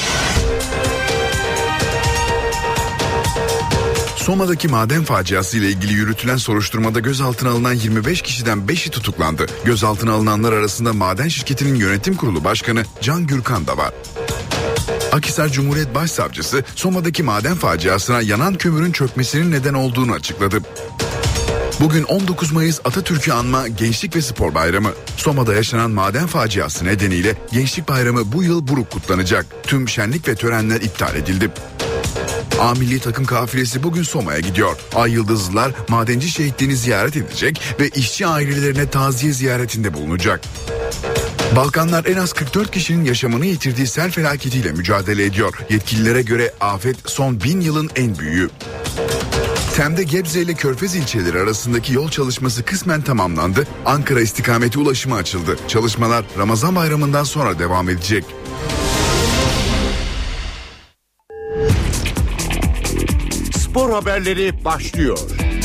Soma'daki maden faciası ile ilgili yürütülen soruşturmada gözaltına alınan yirmi beş kişiden beşi tutuklandı. Gözaltına alınanlar arasında maden şirketinin yönetim kurulu başkanı Can Gürkan da var. Akhisar Cumhuriyet Başsavcısı Soma'daki maden faciasına yanan kömürün çökmesinin neden olduğunu açıkladı. Bugün on dokuz Mayıs Atatürk'ü anma Gençlik ve Spor Bayramı. Soma'da yaşanan maden faciası nedeniyle Gençlik Bayramı bu yıl buruk kutlanacak. Tüm şenlik ve törenler iptal edildi. A milli takım kafilesi bugün Soma'ya gidiyor. Ay Yıldızlılar madenci şehitliğini ziyaret edecek ve işçi ailelerine taziye ziyaretinde bulunacak. Balkanlar en az kırk dört kişinin yaşamını yitirdiği sel felaketiyle mücadele ediyor. Yetkililere göre afet son bin yılın en büyüğü. Tem'de Gebze ile Körfez ilçeleri arasındaki yol çalışması kısmen tamamlandı. Ankara istikameti ulaşıma açıldı. Çalışmalar Ramazan bayramından sonra devam edecek. Spor haberleri başlıyor.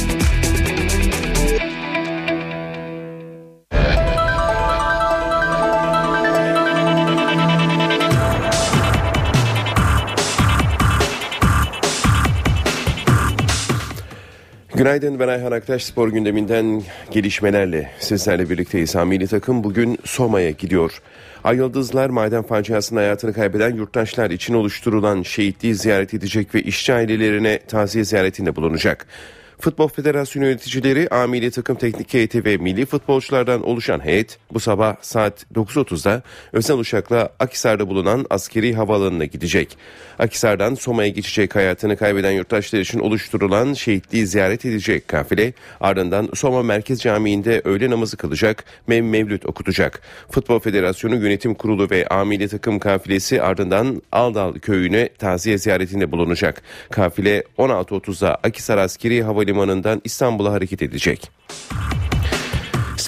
Günaydın, ben Ayhan Aktaş. Spor gündeminden gelişmelerle sizlerle birlikteyiz. Milli takım bugün Soma'ya gidiyor. Ay Yıldızlar maden faciasında hayatını kaybeden yurttaşlar için oluşturulan şehitliği ziyaret edecek ve işçi ailelerine taziye ziyaretinde bulunacak. Futbol Federasyonu yöneticileri, A milli takım teknik heyeti ve milli futbolculardan oluşan heyet bu sabah saat dokuz otuzda özel uçakla Akhisar'da bulunan askeri havaalanına gidecek. Akhisar'dan Soma'ya geçecek, hayatını kaybeden yurttaşlar için oluşturulan şehitliği ziyaret edecek kafile ardından Soma Merkez Camii'nde öğle namazı kılacak ve mevlüt okutacak. Futbol Federasyonu Yönetim Kurulu ve A milli takım kafilesi ardından Aldal köyüne taziye ziyaretinde bulunacak. Kafile on altı otuzda Akhisar Askeri Havalimanı'ndan İstanbul'a hareket edecek.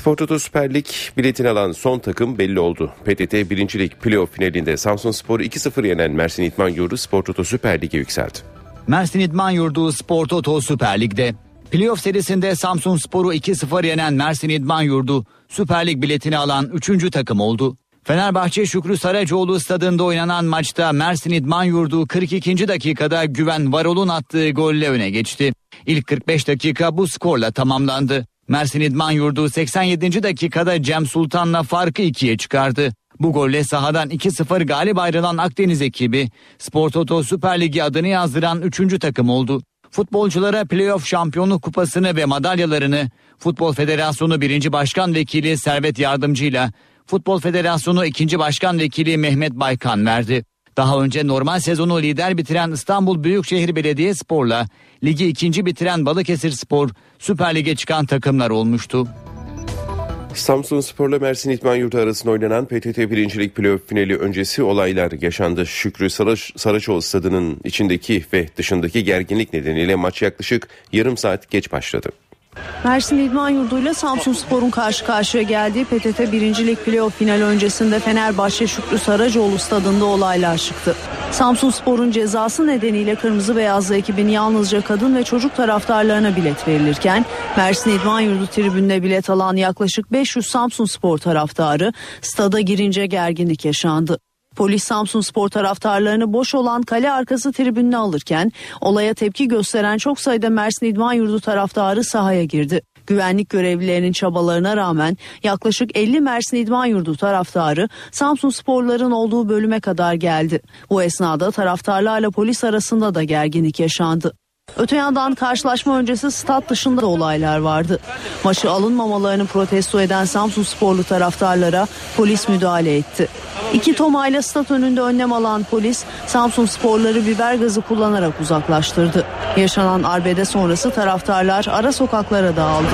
Spor Toto Süper Lig biletini alan son takım belli oldu. P T T birinci Lig playoff finalinde Samsunspor'u iki sıfır yenen Mersin İdman Yurdu Spor Toto Süper Lig'e yükseldi. Mersin İdman Yurdu Spor Toto Süper Lig'de. Playoff serisinde Samsunspor'u iki sıfır yenen Mersin İdman Yurdu Süper Lig biletini alan üçüncü takım oldu. Fenerbahçe Şükrü Saracoğlu stadında oynanan maçta Mersin İdman Yurdu kırk ikinci dakikada Güven Varol'un attığı golle öne geçti. İlk kırk beş dakika bu skorla tamamlandı. Mersin İdman Yurdu seksen yedinci dakikada Cem Sultan'la farkı ikiye çıkardı. Bu golle sahadan iki sıfır galip ayrılan Akdeniz ekibi Spor Toto Süper Ligi adını yazdıran üçüncü takım oldu. Futbolculara playoff şampiyonluk kupasını ve madalyalarını Futbol Federasyonu birinci Başkan Vekili Servet Yardımcı'yla Futbol Federasyonu ikinci Başkan Vekili Mehmet Baykan verdi. Daha önce normal sezonu lider bitiren İstanbul Büyükşehir Belediyespor'la ligi ikinci bitiren Balıkesirspor Süper Lig'e çıkan takımlar olmuştu. Samsunspor'la Mersin İdman Yurdu arasında oynanan P T T birinci Lig playoff finali öncesi olaylar yaşandı. Şükrü Saraç, Saraçoğlu stadının içindeki ve dışındaki gerginlik nedeniyle maç yaklaşık yarım saat geç başladı. Mersin İdman Yurdu ile Samsunspor'un karşı karşıya geldiği P T T birinci Lig playoff finali öncesinde Fenerbahçe Şükrü Saracoğlu stadında olaylar çıktı. Samsunspor'un cezası nedeniyle kırmızı beyazlı ekibin yalnızca kadın ve çocuk taraftarlarına bilet verilirken Mersin İdman Yurdu tribününe bilet alan yaklaşık beş yüz Samsunspor taraftarı stada girince gerginlik yaşandı. Polis Samsunspor taraftarlarını boş olan kale arkası tribününe alırken olaya tepki gösteren çok sayıda Mersin İdman Yurdu taraftarı sahaya girdi. Güvenlik görevlilerinin çabalarına rağmen yaklaşık elli Mersin İdman Yurdu taraftarı Samsunsporların olduğu bölüme kadar geldi. Bu esnada taraftarlarla polis arasında da gerginlik yaşandı. Öte yandan karşılaşma öncesi stat dışında da olaylar vardı. Maçı alınmamalarını protesto eden Samsunsporlu taraftarlara polis müdahale etti. İki tomayla stat önünde önlem alan polis Samsunsporları biber gazı kullanarak uzaklaştırdı. Yaşanan arbede sonrası taraftarlar ara sokaklara dağıldı.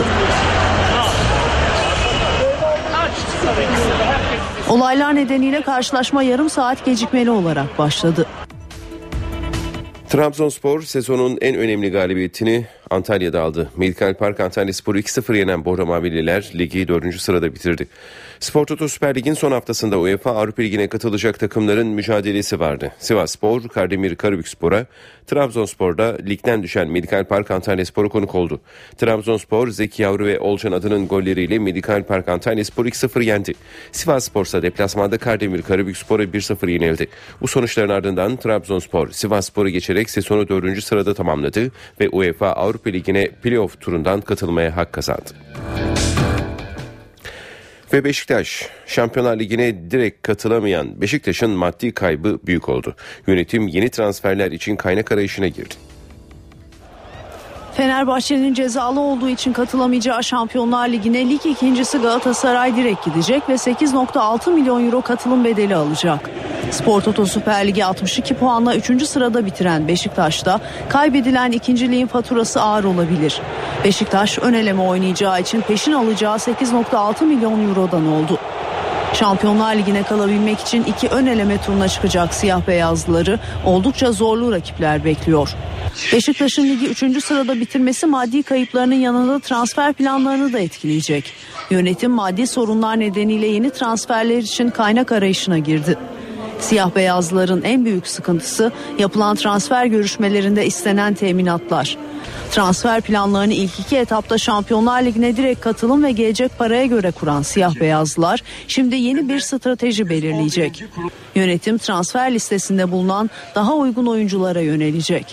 Olaylar nedeniyle karşılaşma yarım saat gecikmeli olarak başladı. Trabzonspor sezonun en önemli galibiyetini Antalya'da aldı. Medikal Park Antalyaspor'u iki sıfır yenen Bordo Mavililer ligi dördüncü sırada bitirdi. Spor Toto Süper Lig'in son haftasında UEFA Avrupa Ligi'ne katılacak takımların mücadelesi vardı. Sivasspor, Kardemir Karabükspor'a, Trabzonspor'da ligden düşen Medikal Park Antalyaspor'u konuk oldu. Trabzonspor, Zeki Yavru ve Olcan Adı'nın golleriyle Medikal Park Antalyaspor'u iki sıfır yendi. Sivasspor ise deplasmanda Kardemir Karabükspor'a bir sıfır yenildi. Bu sonuçların ardından Trabzonspor, Sivasspor'u geçerek sezonu dördüncü sırada tamamladı ve UEFA Avrupa Ligi'ne playoff turundan katılmaya hak kazandı. Ve Beşiktaş, Şampiyonlar Ligi'ne direkt katılamayan Beşiktaş'ın maddi kaybı büyük oldu. Yönetim yeni transferler için kaynak arayışına girdi. Fenerbahçe'nin cezalı olduğu için katılamayacağı Şampiyonlar Ligi'ne lig ikincisi Galatasaray direkt gidecek ve sekiz virgül altı milyon euro katılım bedeli alacak. Spor Toto Süper Ligi altmış iki puanla üçüncü sırada bitiren Beşiktaş'ta kaybedilen ikinciliğin faturası ağır olabilir. Beşiktaş ön eleme oynayacağı için peşin alacağı sekiz virgül altı milyon eurodan oldu. Şampiyonlar Ligi'ne kalabilmek için iki ön eleme turuna çıkacak siyah beyazlıları oldukça zorlu rakipler bekliyor. Beşiktaş'ın ligi üçüncü sırada bitirmesi maddi kayıplarının yanında transfer planlarını da etkileyecek. Yönetim maddi sorunlar nedeniyle yeni transferler için kaynak arayışına girdi. Siyah beyazlıların en büyük sıkıntısı yapılan transfer görüşmelerinde istenen teminatlar. Transfer planlarını ilk iki etapta Şampiyonlar Ligi'ne direkt katılım ve gelecek paraya göre kuran siyah beyazlılar şimdi yeni bir strateji belirleyecek. Yönetim transfer listesinde bulunan daha uygun oyunculara yönelecek.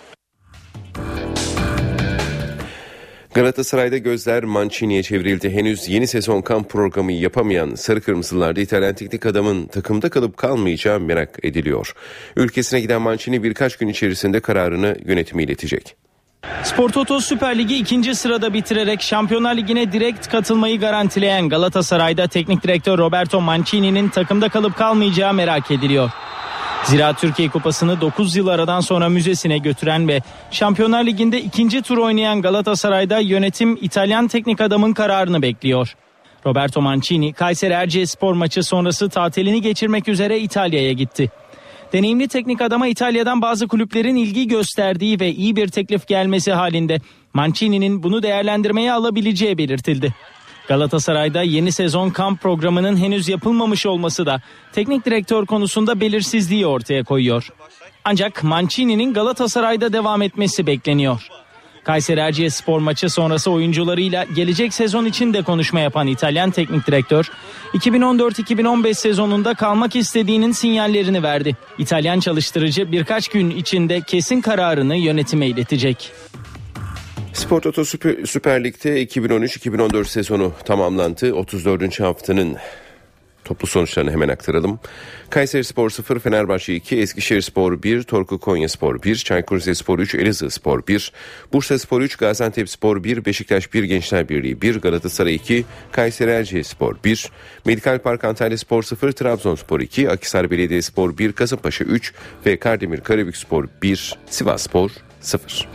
Galatasaray'da gözler Mancini'ye çevrildi. Henüz yeni sezon kamp programı yapamayan Sarı Kırmızılar'da İtalyan teknik adamın takımda kalıp kalmayacağı merak ediliyor. Ülkesine giden Mancini birkaç gün içerisinde kararını yönetime iletecek. Spor Toto Süper Ligi ikinci sırada bitirerek Şampiyonlar Ligi'ne direkt katılmayı garantileyen Galatasaray'da teknik direktör Roberto Mancini'nin takımda kalıp kalmayacağı merak ediliyor. Zira Türkiye Kupası'nı dokuz yıl aradan sonra müzesine götüren ve Şampiyonlar Ligi'nde ikinci tur oynayan Galatasaray'da yönetim İtalyan teknik adamın kararını bekliyor. Roberto Mancini, Kayseri Erciyesspor maçı sonrası tatilini geçirmek üzere İtalya'ya gitti. Deneyimli teknik adama İtalya'dan bazı kulüplerin ilgi gösterdiği ve iyi bir teklif gelmesi halinde Mancini'nin bunu değerlendirmeye alabileceği belirtildi. Galatasaray'da yeni sezon kamp programının henüz yapılmamış olması da teknik direktör konusunda belirsizliği ortaya koyuyor. Ancak Mancini'nin Galatasaray'da devam etmesi bekleniyor. Kayseri Erciyesspor maçı sonrası oyuncularıyla gelecek sezon için de konuşma yapan İtalyan teknik direktör, iki bin on dört iki bin on beş sezonunda kalmak istediğinin sinyallerini verdi. İtalyan çalıştırıcı birkaç gün içinde kesin kararını yönetime iletecek. Spor Toto Süper, Süper Lig'de iki bin on üç iki bin on dört sezonu tamamlandı. otuz dördüncü haftanın toplu sonuçlarını hemen aktaralım. Kayserispor sıfır, Fenerbahçe iki, Eskişehirspor bir, Torku Konyaspor bir, Çaykur Rizespor üç, Elazığspor bir, Bursaspor üç, Gaziantepspor bir, Beşiktaş bir, Gençler Birliği bir, Galatasaray iki, Kayseri Erciyesspor bir, Medikal Park Antalyaspor sıfır, Trabzonspor iki, Akhisar Belediyespor bir, Kasımpaşa üç ve Kardemir Karabükspor bir, Sivasspor sıfır.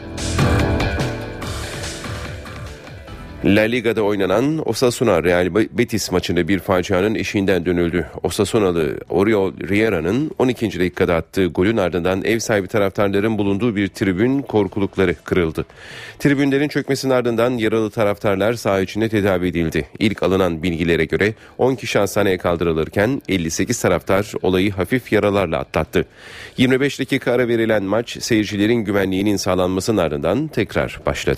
La Liga'da oynanan Osasuna Real Betis maçında bir facianın eşiğinden dönüldü. Osasunalı Oriol Riera'nın on ikinci dakikada attığı golün ardından ev sahibi taraftarların bulunduğu bir tribün korkulukları kırıldı. Tribünlerin çökmesinin ardından yaralı taraftarlar saha içinde tedavi edildi. İlk alınan bilgilere göre on kişi hastaneye kaldırılırken elli sekiz taraftar olayı hafif yaralarla atlattı. yirmi beş dakika ara verilen maç seyircilerin güvenliğinin sağlanmasının ardından tekrar başladı.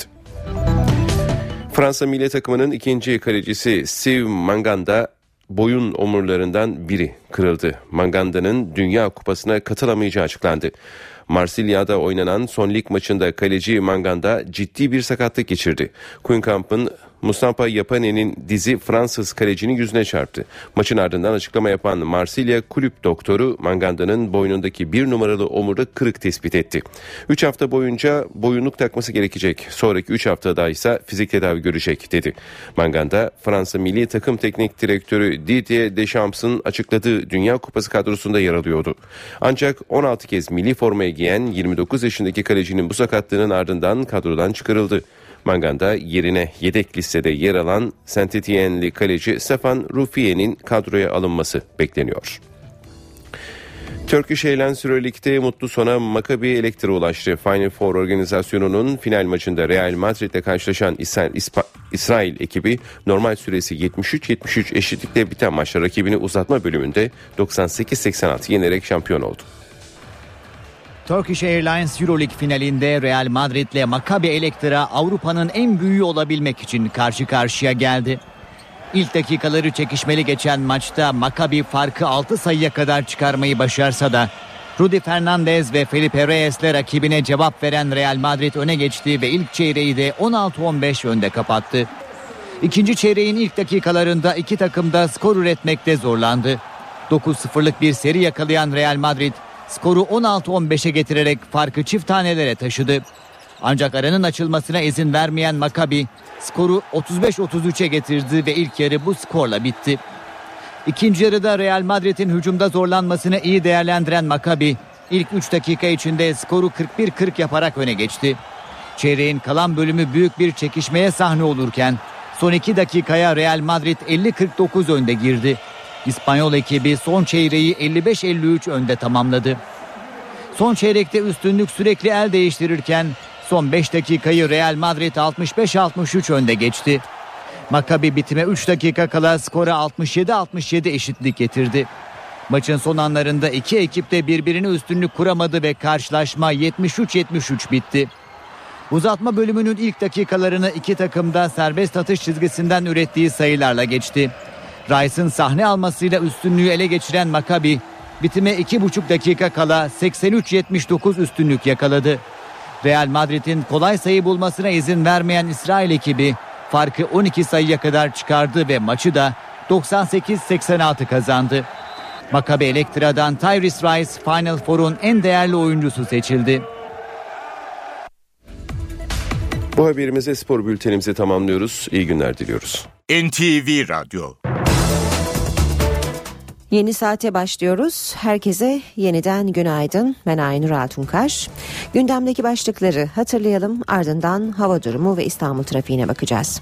Fransa milli takımının ikinci kalecisi Steve Manganda boyun omurlarından biri kırıldı. Manganda'nın Dünya Kupası'na katılamayacağı açıklandı. Marsilya'da oynanan son lig maçında kaleci Manganda ciddi bir sakatlık geçirdi. Queencamp'ın Mustafa Yapane'nin dizi Fransız kalecinin yüzüne çarptı. Maçın ardından açıklama yapan Marsilya kulüp doktoru Manganda'nın boynundaki bir numaralı omurda kırık tespit etti. üç hafta boyunca boyunluk takması gerekecek. Sonraki üç haftada ise fizik tedavi görecek dedi. Manganda, Fransa milli takım teknik direktörü Didier Deschamps'ın açıkladığı Dünya Kupası kadrosunda yer alıyordu. Ancak on altı kez milli formaya giyen yirmi dokuz yaşındaki kalecinin bu sakatlığının ardından kadrodan çıkarıldı. Manganda yerine yedek listede yer alan Saint-Étienne'li kaleci Stefan Ruffiet'in kadroya alınması bekleniyor. Turkish Airlines Euro Lig'de mutlu sona Maccabi Elektra ulaştı. Final Four organizasyonunun final maçında Real Madrid'le karşılaşan İsrail, İsrail ekibi normal süresi yetmiş üç yetmiş üç eşitlikle biten maçta rakibini uzatma bölümünde doksan sekiz seksen altı yenerek şampiyon oldu. Turkish Airlines Euroleague finalinde Real Madrid ile Maccabi Elektra Avrupa'nın en büyüğü olabilmek için karşı karşıya geldi. İlk dakikaları çekişmeli geçen maçta Maccabi farkı altı sayıya kadar çıkarmayı başarsa da Rudy Fernandez ve Felipe Reyes'le rakibine cevap veren Real Madrid öne geçti ve ilk çeyreği de on altı on beş önde kapattı. İkinci çeyreğin ilk dakikalarında iki takım da skor üretmekte zorlandı. dokuz sıfırlık bir seri yakalayan Real Madrid skoru on altı on beşe getirerek farkı çift tanelere taşıdı. Ancak aranın açılmasına izin vermeyen Maccabi skoru otuz beş otuz üçe getirdi ve ilk yarı bu skorla bitti. İkinci yarıda Real Madrid'in hücumda zorlanmasını iyi değerlendiren Maccabi ilk üç dakika içinde skoru kırk bir kırk yaparak öne geçti. Çeyreğin kalan bölümü büyük bir çekişmeye sahne olurken son iki dakikaya Real Madrid elli kırk dokuz önde girdi. İspanyol ekibi son çeyreği elli beş elli üç önde tamamladı. Son çeyrekte üstünlük sürekli el değiştirirken son beş dakikayı Real Madrid altmış beş altmış üç önde geçti. Maccabi bitime üç dakika kala skora altmış yedi altmış yedi eşitlik getirdi. Maçın son anlarında iki ekip de birbirine üstünlük kuramadı ve karşılaşma yetmiş üç yetmiş üç bitti. Uzatma bölümünün ilk dakikalarını iki takım da serbest atış çizgisinden ürettiği sayılarla geçti. Rice'ın sahne almasıyla üstünlüğü ele geçiren Maccabi bitime iki buçuk dakika kala seksen üç yetmiş dokuz üstünlük yakaladı. Real Madrid'in kolay sayı bulmasına izin vermeyen İsrail ekibi farkı on iki sayıya kadar çıkardı ve maçı da doksan sekiz seksen altı kazandı. Maccabi Elektra'dan Tyrese Rice Final Four'un en değerli oyuncusu seçildi. Bu haberimizle spor bültenimizi tamamlıyoruz. İyi günler diliyoruz. N T V Radyo. Yeni saate başlıyoruz. Herkese yeniden günaydın. Ben Aynur Altunkaş. Gündemdeki başlıkları hatırlayalım. Ardından hava durumu ve İstanbul trafiğine bakacağız.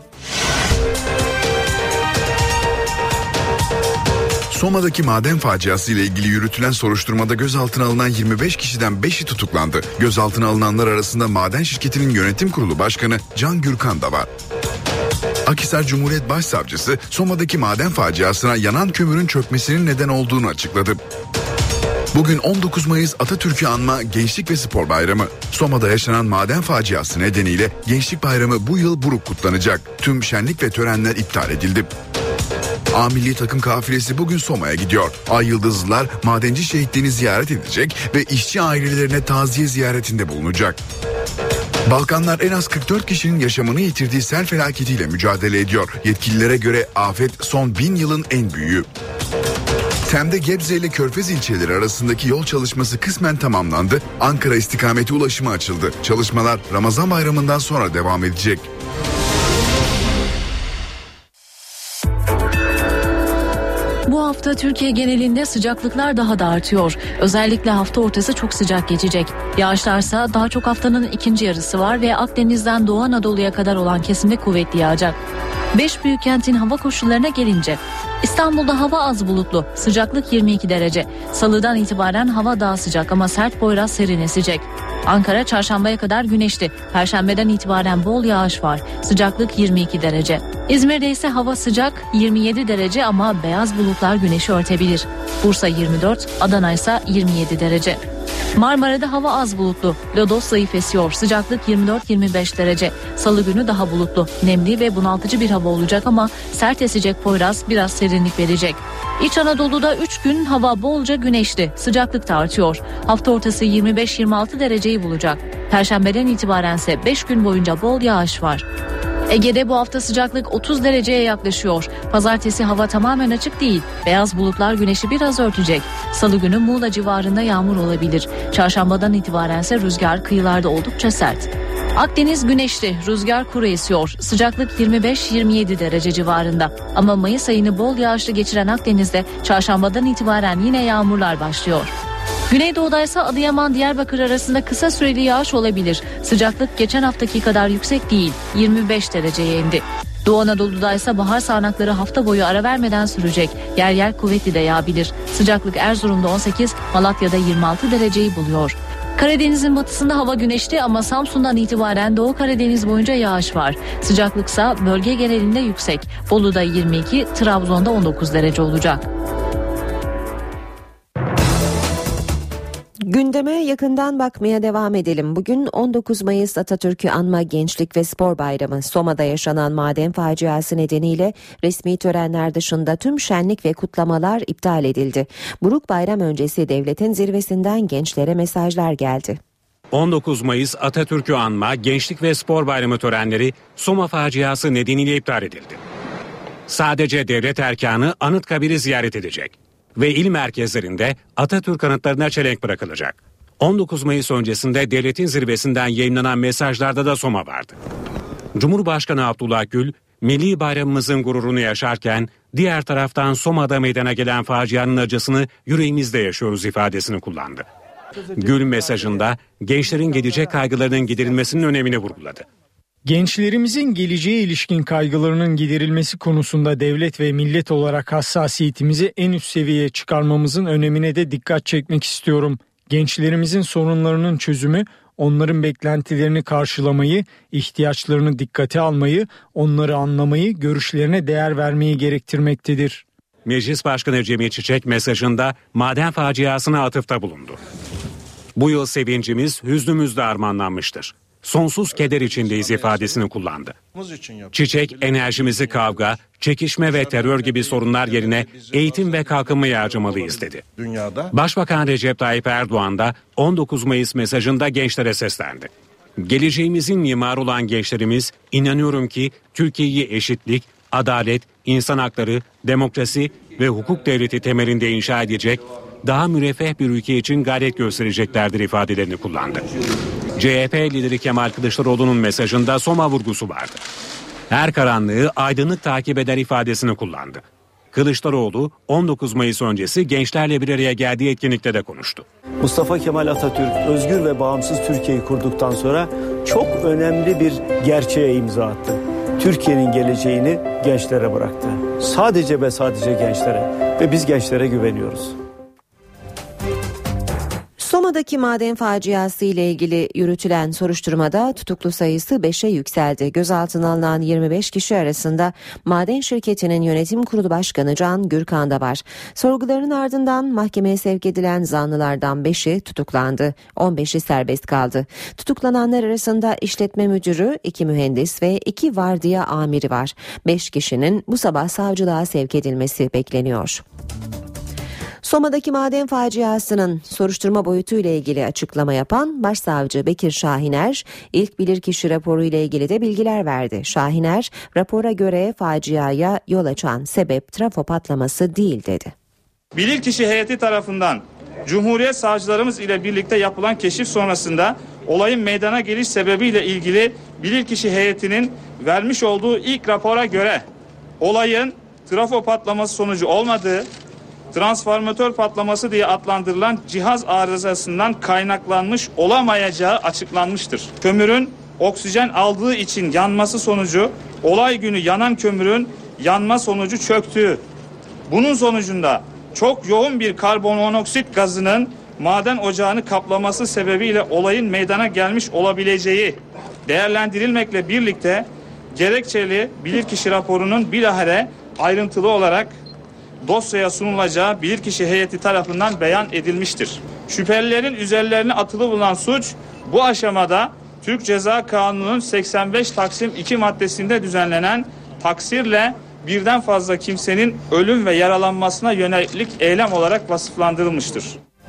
Soma'daki maden faciası ile ilgili yürütülen soruşturmada gözaltına alınan yirmi beş kişiden beşi tutuklandı. Gözaltına alınanlar arasında maden şirketinin yönetim kurulu başkanı Can Gürkan da var. Akhisar Cumhuriyet Başsavcısı Soma'daki maden faciasına yanan kömürün çökmesinin neden olduğunu açıkladı. Bugün on dokuz Mayıs Atatürk'ü anma Gençlik ve Spor Bayramı. Soma'da yaşanan maden faciası nedeniyle Gençlik Bayramı bu yıl buruk kutlanacak. Tüm şenlik ve törenler iptal edildi. A milli takım kafilesi bugün Soma'ya gidiyor. Ay Yıldızlılar madenci şehitliğini ziyaret edecek ve işçi ailelerine taziye ziyaretinde bulunacak. Balkanlar en az kırk dört kişinin yaşamını yitirdiği sel felaketiyle mücadele ediyor. Yetkililere göre afet son bin yılın en büyüğü. Tem'de Gebze ile Körfez ilçeleri arasındaki yol çalışması kısmen tamamlandı. Ankara istikameti ulaşıma açıldı. Çalışmalar Ramazan bayramından sonra devam edecek. Bu hafta Türkiye genelinde sıcaklıklar daha da artıyor. Özellikle hafta ortası çok sıcak geçecek. Yağışlarsa daha çok haftanın ikinci yarısı var ve Akdeniz'den Doğu Anadolu'ya kadar olan kesimde kuvvetli yağacak. Beş büyük kentin hava koşullarına gelince İstanbul'da hava az bulutlu, sıcaklık yirmi iki derece. Salıdan itibaren hava daha sıcak ama sert Poyraz serin esecek. Ankara çarşambaya kadar güneşli. Perşembeden itibaren bol yağış var. Sıcaklık yirmi iki derece. İzmir'de ise hava sıcak, yirmi yedi derece ama beyaz bulutlar güneşi örtebilir. Bursa yirmi dört, Adana ise yirmi yedi derece. Marmara'da hava az bulutlu. Lodos zayıf esiyor. Sıcaklık yirmi dört yirmi beş derece. Salı günü daha bulutlu. Nemli ve bunaltıcı bir hava olacak ama sert esecek Poyraz biraz serinlik verecek. İç Anadolu'da üç gün hava bolca güneşli. Sıcaklık da artıyor. Hafta ortası yirmi beş yirmi altı dereceyi bulacak. Perşembeden itibaren ise beş gün boyunca bol yağış var. Ege'de bu hafta sıcaklık otuz dereceye yaklaşıyor. Pazartesi hava tamamen açık değil. Beyaz bulutlar güneşi biraz örtecek. Salı günü Muğla civarında yağmur olabilir. Çarşambadan itibaren ise rüzgar kıyılarda oldukça sert. Akdeniz güneşli, rüzgar kuru esiyor. Sıcaklık yirmi beş yirmi yedi derece civarında. Ama Mayıs ayını bol yağışlı geçiren Akdeniz'de çarşambadan itibaren yine yağmurlar başlıyor. Güneydoğu'da ise Adıyaman Diyarbakır arasında kısa süreli yağış olabilir. Sıcaklık geçen haftaki kadar yüksek değil, yirmi beş dereceye indi. Doğu Anadolu'da ise bahar sağanakları hafta boyu ara vermeden sürecek. Yer yer kuvvetli de yağabilir. Sıcaklık Erzurum'da on sekiz, Malatya'da yirmi altı dereceyi buluyor. Karadeniz'in batısında hava güneşli ama Samsun'dan itibaren Doğu Karadeniz boyunca yağış var. Sıcaklıksa bölge genelinde yüksek. Bolu'da yirmi iki, Trabzon'da on dokuz derece olacak. Gündeme yakından bakmaya devam edelim. Bugün on dokuz Mayıs Atatürk'ü anma Gençlik ve Spor Bayramı. Soma'da yaşanan maden faciası nedeniyle resmi törenler dışında tüm şenlik ve kutlamalar iptal edildi. Buruk bayram öncesi devletin zirvesinden gençlere mesajlar geldi. on dokuz Mayıs Atatürk'ü anma Gençlik ve Spor Bayramı törenleri Soma faciası nedeniyle iptal edildi. Sadece devlet erkanı Anıtkabir'i ziyaret edecek ve il merkezlerinde Atatürk anıtlarına çelenk bırakılacak. on dokuz Mayıs öncesinde devletin zirvesinden yayınlanan mesajlarda da Soma vardı. Cumhurbaşkanı Abdullah Gül, milli bayramımızın gururunu yaşarken diğer taraftan Soma'da meydana gelen facianın acısını yüreğimizde yaşıyoruz ifadesini kullandı. Gül mesajında gençlerin gelecek kaygılarının giderilmesinin önemini vurguladı. Gençlerimizin geleceğe ilişkin kaygılarının giderilmesi konusunda devlet ve millet olarak hassasiyetimizi en üst seviyeye çıkarmamızın önemine de dikkat çekmek istiyorum. Gençlerimizin sorunlarının çözümü, onların beklentilerini karşılamayı, ihtiyaçlarını dikkate almayı, onları anlamayı, görüşlerine değer vermeyi gerektirmektedir. Meclis Başkanı Cemil Çiçek mesajında maden faciasına atıfta bulundu. Bu yıl sevincimiz hüznümüzle armağanlanmıştır. Sonsuz keder içindeyiz ifadesini kullandı. Çiçek enerjimizi kavga, çekişme ve terör gibi sorunlar yerine eğitim ve kalkınmaya harcamalıyız dedi. Başbakan Recep Tayyip Erdoğan da on dokuz Mayıs mesajında gençlere seslendi. Geleceğimizin mimarı olan gençlerimiz inanıyorum ki Türkiye'yi eşitlik, adalet, insan hakları, demokrasi ve hukuk devleti temelinde inşa edecek, daha müreffeh bir ülke için gayret göstereceklerdir ifadelerini kullandı. C H P lideri Kemal Kılıçdaroğlu'nun mesajında Soma vurgusu vardı. Her karanlığı aydınlık takip eder ifadesini kullandı. Kılıçdaroğlu on dokuz Mayıs öncesi gençlerle bir araya geldiği etkinlikte de konuştu. Mustafa Kemal Atatürk özgür ve bağımsız Türkiye'yi kurduktan sonra çok önemli bir gerçeğe imza attı. Türkiye'nin geleceğini gençlere bıraktı. Sadece ve sadece gençlere ve biz gençlere güveniyoruz. Soma Soma'daki maden faciası ile ilgili yürütülen soruşturmada tutuklu sayısı beşe yükseldi. Gözaltına alınan yirmi beş kişi arasında maden şirketinin yönetim kurulu başkanı Can Gürkan da var. Sorguların ardından mahkemeye sevk edilen zanlılardan beşi tutuklandı. on beşi serbest kaldı. Tutuklananlar arasında işletme müdürü, iki mühendis ve iki vardiya amiri var. beş kişinin bu sabah savcılığa sevk edilmesi bekleniyor. Soma'daki maden faciasının soruşturma boyutu ile ilgili açıklama yapan Başsavcı Bekir Şahiner, ilk bilirkişi raporu ile ilgili de bilgiler verdi. Şahiner, rapora göre faciaya yol açan sebep trafo patlaması değil dedi. Bilirkişi heyeti tarafından Cumhuriyet savcılarımız ile birlikte yapılan keşif sonrasında olayın meydana geliş sebebiyle ilgili bilirkişi heyetinin vermiş olduğu ilk rapora göre olayın trafo patlaması sonucu olmadığı, transformatör patlaması diye adlandırılan cihaz arızasından kaynaklanmış olamayacağı açıklanmıştır. Kömürün oksijen aldığı için yanması sonucu olay günü yanan kömürün yanma sonucu çöktüğü, bunun sonucunda çok yoğun bir karbonmonoksit gazının maden ocağını kaplaması sebebiyle olayın meydana gelmiş olabileceği değerlendirilmekle birlikte gerekçeli bilirkişi raporunun bilahare ayrıntılı olarak dosyaya sunulacağı bilirkişi heyeti tarafından beyan edilmiştir. Şüphelilerin üzerlerine atılı bulunan suç bu aşamada Türk Ceza Kanunu'nun seksen beş Taksim iki maddesinde düzenlenen taksirle birden fazla kimsenin ölüm ve yaralanmasına yönelik eylem olarak vasıflandırılmıştır.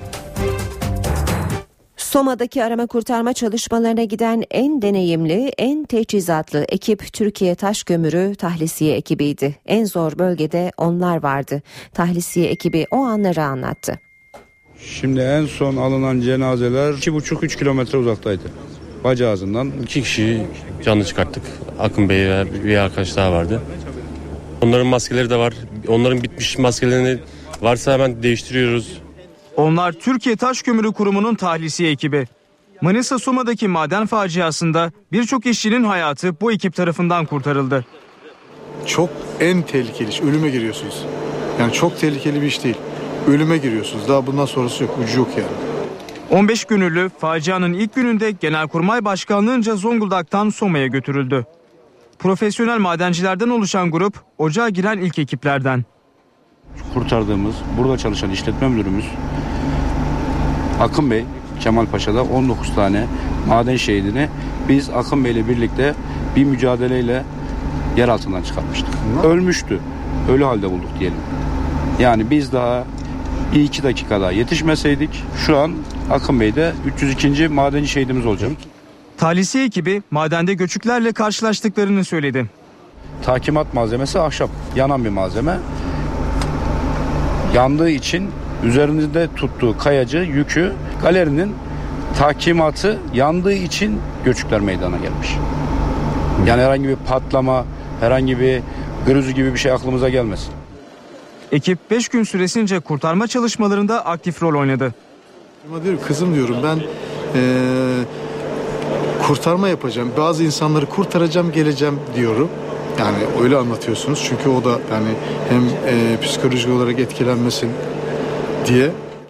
Soma'daki arama kurtarma çalışmalarına giden en deneyimli, en teçhizatlı ekip Türkiye Taş Kömürü Tahlisiye ekibiydi. En zor bölgede onlar vardı. Tahlisiye ekibi o anları anlattı. Şimdi en son alınan cenazeler iki buçuk üç kilometre uzaktaydı. Bacağızından. İki kişi canlı çıkarttık. Akın Bey ve bir arkadaş daha vardı. Onların maskeleri de var. Onların bitmiş maskelerini varsa hemen değiştiriyoruz. Onlar Türkiye Taş Kömürü Kurumu'nun tahlisiye ekibi. Manisa Soma'daki maden faciasında birçok işçinin hayatı bu ekip tarafından kurtarıldı. Çok en tehlikeli iş. Ölüme giriyorsunuz. Yani çok tehlikeli bir iş değil. Ölüme giriyorsunuz. Daha bundan sonrası yok. Ucu yok yani. on beş gönüllü facianın ilk gününde Genelkurmay Başkanlığınca Zonguldak'tan Soma'ya götürüldü. Profesyonel madencilerden oluşan grup ocağa giren ilk ekiplerden. Kurtardığımız, burada çalışan işletme müdürümüz Akın Bey, Kemalpaşa'da on dokuz tane maden şehidini biz Akın Bey ile birlikte bir mücadeleyle yer altından çıkartmıştık. Ölmüştü. Ölü halde bulduk diyelim. Yani biz daha bir iki dakikada yetişmeseydik şu an Akın Bey'de üç yüz ikinci madenci şehidimiz olacak. Tahlisiye ekibi madende göçüklerle karşılaştıklarını söyledi. Takimat malzemesi ahşap, yanan bir malzeme. Yandığı için üzerinde tuttuğu kayacı, yükü, galerinin takimatı yandığı için göçükler meydana gelmiş. Yani herhangi bir patlama, herhangi bir gürültü gibi bir şey aklımıza gelmesin. Ekip beş gün süresince kurtarma çalışmalarında aktif rol oynadı. Diyorum, kızım diyorum ben ee, kurtarma yapacağım. Bazı insanları kurtaracağım, geleceğim diyorum. Yani öyle anlatıyorsunuz çünkü o da yani hem e, psikolojik olarak etkilenmesin diye.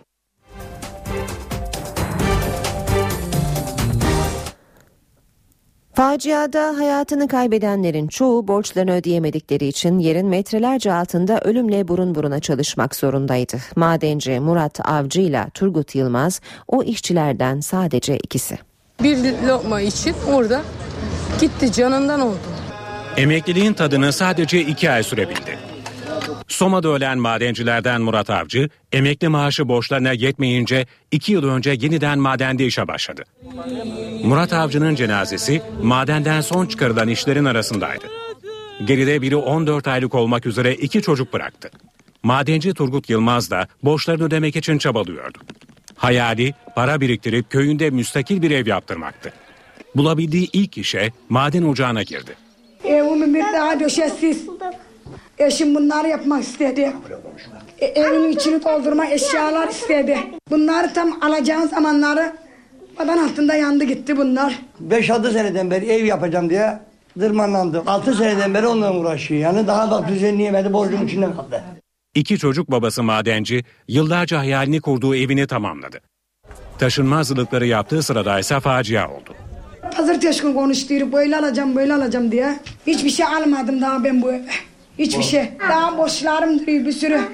Faciada hayatını kaybedenlerin çoğu borçlarını ödeyemedikleri için yerin metrelerce altında ölümle burun buruna çalışmak zorundaydı. Madenci Murat Avcı ile Turgut Yılmaz o işçilerden sadece ikisi. Bir lokma için orada gitti, canından oldu. Emekliliğin tadını sadece iki ay sürebildi. Soma'da ölen madencilerden Murat Avcı, emekli maaşı borçlarına yetmeyince iki yıl önce yeniden madende işe başladı. Murat Avcı'nın cenazesi madenden son çıkarılan işlerin arasındaydı. Geride biri on dört aylık olmak üzere iki çocuk bıraktı. Madenci Turgut Yılmaz da borçlarını ödemek için çabalıyordu. Hayali para biriktirip köyünde müstakil bir ev yaptırmaktı. Bulabildiği ilk işe maden ocağına girdi. Evimin bir daha döşesiz. Eşim bunları yapmak istedi. E, evin içini doldurma eşyalar istedi. Bunları tam alacağım zamanları badan altında yandı gitti bunlar. beş altı seneden beri ev yapacağım diye dırmanlandım. altı seneden beri onunla uğraşıyor. Yani daha da düzenleyemedi, borcun içinde kaldı. İki çocuk babası madenci yıllarca hayalini kurduğu evini tamamladı. Taşınma hazırlıkları yaptığı sırada ise facia oldu. Pazartesi günü konuştuyduk, böyle alacağım böyle alacağım diye. Hiçbir şey almadım daha ben bu eve. Hiçbir şey. Daha borçlarım duruyor bir sürü.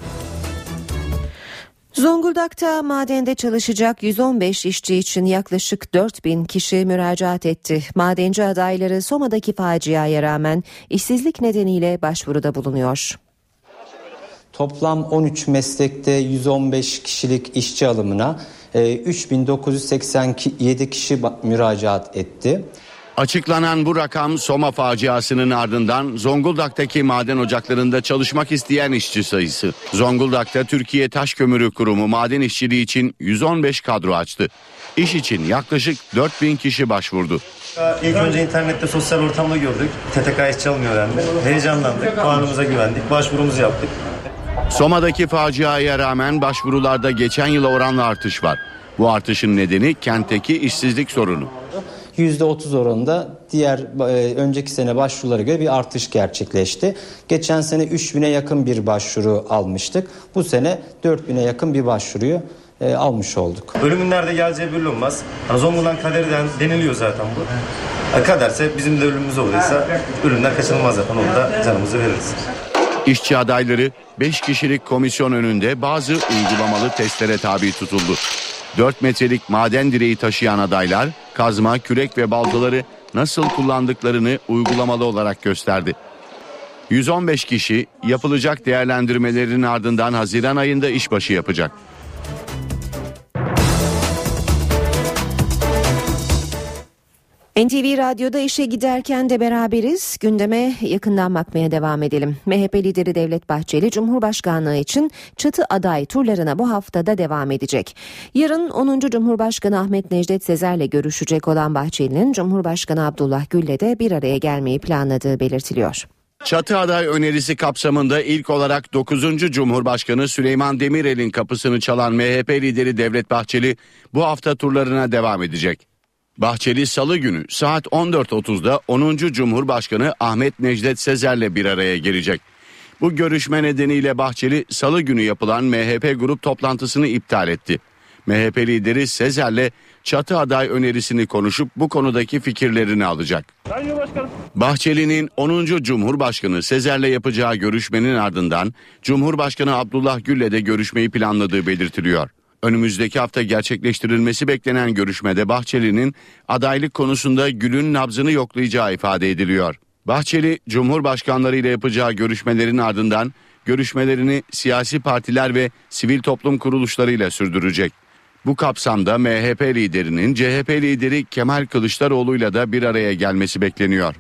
Zonguldak'ta madende çalışacak yüz on beş işçi için yaklaşık dört bin kişi müracaat etti. Madenci adayları Soma'daki faciaya rağmen işsizlik nedeniyle başvuruda bulunuyor. Toplam on üç meslekte yüz on beş kişilik işçi alımına üç bin dokuz yüz seksen yedi kişi müracaat etti. Açıklanan bu rakam Soma faciasının ardından Zonguldak'taki maden ocaklarında çalışmak isteyen işçi sayısı. Zonguldak'ta Türkiye Taş Kömürü Kurumu maden işçiliği için yüz on beş kadro açtı. İş için yaklaşık dört bin kişi başvurdu. İlk önce internette, sosyal ortamda gördük. T T K iş çalmıyor yani. Heyecanlandık, puanımıza güvendik, başvurumuzu yaptık. Soma'daki faciaya rağmen başvurularda geçen yıla oranla artış var. Bu artışın nedeni kentteki işsizlik sorunu. yüzde otuz oranında diğer e, önceki sene başvurulara göre bir artış gerçekleşti. Geçen sene üç bine yakın bir başvuru almıştık. Bu sene dört bine yakın bir başvuruyu e, almış olduk. Ölümün nerede geleceği belli olmaz. Yani Zonguldak'ın kaderi deniliyor zaten bu. Yani kaderse bizim de ölümümüz olursa ölümden kaçınılmaz zaten, onu da canımızı veririz. İşçi adayları beş kişilik komisyon önünde bazı uygulamalı testlere tabi tutuldu. dört metrelik maden direği taşıyan adaylar kazma, kürek ve baltaları nasıl kullandıklarını uygulamalı olarak gösterdi. yüz on beş kişi yapılacak değerlendirmelerin ardından Haziran ayında işbaşı yapacak. N T V Radyo'da işe giderken de beraberiz. Gündeme yakından bakmaya devam edelim. M H P lideri Devlet Bahçeli, Cumhurbaşkanlığı için çatı aday turlarına bu haftada devam edecek. Yarın onuncu Cumhurbaşkanı Ahmet Necdet Sezer'le görüşecek olan Bahçeli'nin Cumhurbaşkanı Abdullah Gül'le de bir araya gelmeyi planladığı belirtiliyor. Çatı aday önerisi kapsamında ilk olarak dokuzuncu Cumhurbaşkanı Süleyman Demirel'in kapısını çalan M H P lideri Devlet Bahçeli bu hafta turlarına devam edecek. Bahçeli Salı günü saat on dört otuzda onuncu Cumhurbaşkanı Ahmet Necdet Sezer'le bir araya gelecek. Bu görüşme nedeniyle Bahçeli Salı günü yapılan M H P grup toplantısını iptal etti. M H P lideri Sezer'le çatı aday önerisini konuşup bu konudaki fikirlerini alacak. Bahçeli'nin onuncu Cumhurbaşkanı Sezer'le yapacağı görüşmenin ardından Cumhurbaşkanı Abdullah Gül'le de görüşmeyi planladığı belirtiliyor. Önümüzdeki hafta gerçekleştirilmesi beklenen görüşmede Bahçeli'nin adaylık konusunda Gül'ün nabzını yoklayacağı ifade ediliyor. Bahçeli, Cumhurbaşkanları ile yapacağı görüşmelerin ardından görüşmelerini siyasi partiler ve sivil toplum kuruluşlarıyla sürdürecek. Bu kapsamda M H P liderinin C H P lideri Kemal Kılıçdaroğlu'yla da bir araya gelmesi bekleniyor.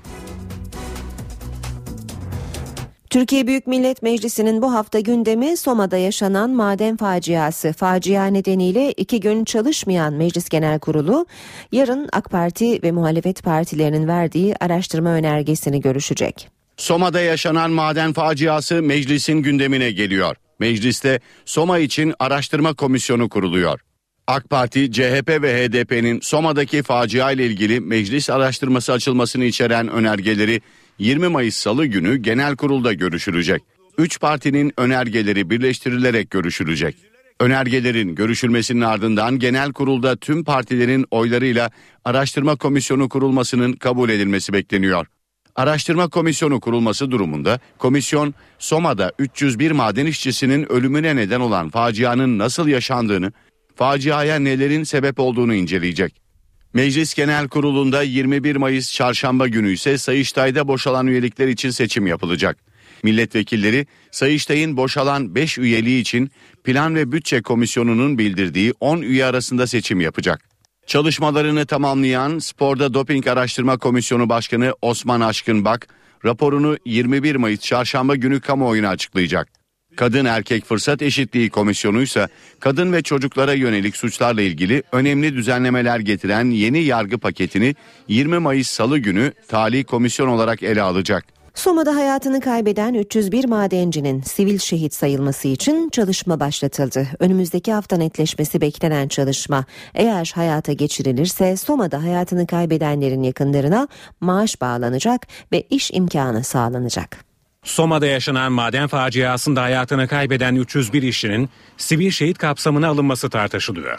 Türkiye Büyük Millet Meclisi'nin bu hafta gündemi Soma'da yaşanan maden faciası. Facia nedeniyle iki gün çalışmayan Meclis Genel Kurulu yarın AK Parti ve muhalefet partilerinin verdiği araştırma önergesini görüşecek. Soma'da yaşanan maden faciası meclisin gündemine geliyor. Mecliste Soma için araştırma komisyonu kuruluyor. AK Parti, C H P ve H D P'nin Soma'daki facia ile ilgili meclis araştırması açılmasını içeren önergeleri yirmi Mayıs Salı günü genel kurulda görüşülecek. Üç partinin önergeleri birleştirilerek görüşülecek. Önergelerin görüşülmesinin ardından genel kurulda tüm partilerin oylarıyla araştırma komisyonu kurulmasının kabul edilmesi bekleniyor. Araştırma komisyonu kurulması durumunda komisyon Soma'da üç yüz bir maden işçisinin ölümüne neden olan facianın nasıl yaşandığını, faciaya nelerin sebep olduğunu inceleyecek. Meclis Genel Kurulu'nda yirmi bir Mayıs Çarşamba günü ise Sayıştay'da boşalan üyelikler için seçim yapılacak. Milletvekilleri Sayıştay'ın boşalan beş üyeliği için Plan ve Bütçe Komisyonu'nun bildirdiği on üye arasında seçim yapacak. Çalışmalarını tamamlayan Sporda Doping Araştırma Komisyonu Başkanı Osman Aşkınbak raporunu yirmi bir Mayıs Çarşamba günü kamuoyuna açıklayacak. Kadın Erkek Fırsat Eşitliği Komisyonu ise kadın ve çocuklara yönelik suçlarla ilgili önemli düzenlemeler getiren yeni yargı paketini yirmi Mayıs Salı günü tali komisyon olarak ele alacak. Soma'da hayatını kaybeden üç yüz bir madencinin sivil şehit sayılması için çalışma başlatıldı. Önümüzdeki hafta netleşmesi beklenen çalışma eğer hayata geçirilirse Soma'da hayatını kaybedenlerin yakınlarına maaş bağlanacak ve iş imkanı sağlanacak. Soma'da yaşanan maden faciasında hayatını kaybeden üç yüz bir işçinin sivil şehit kapsamına alınması tartışılıyor.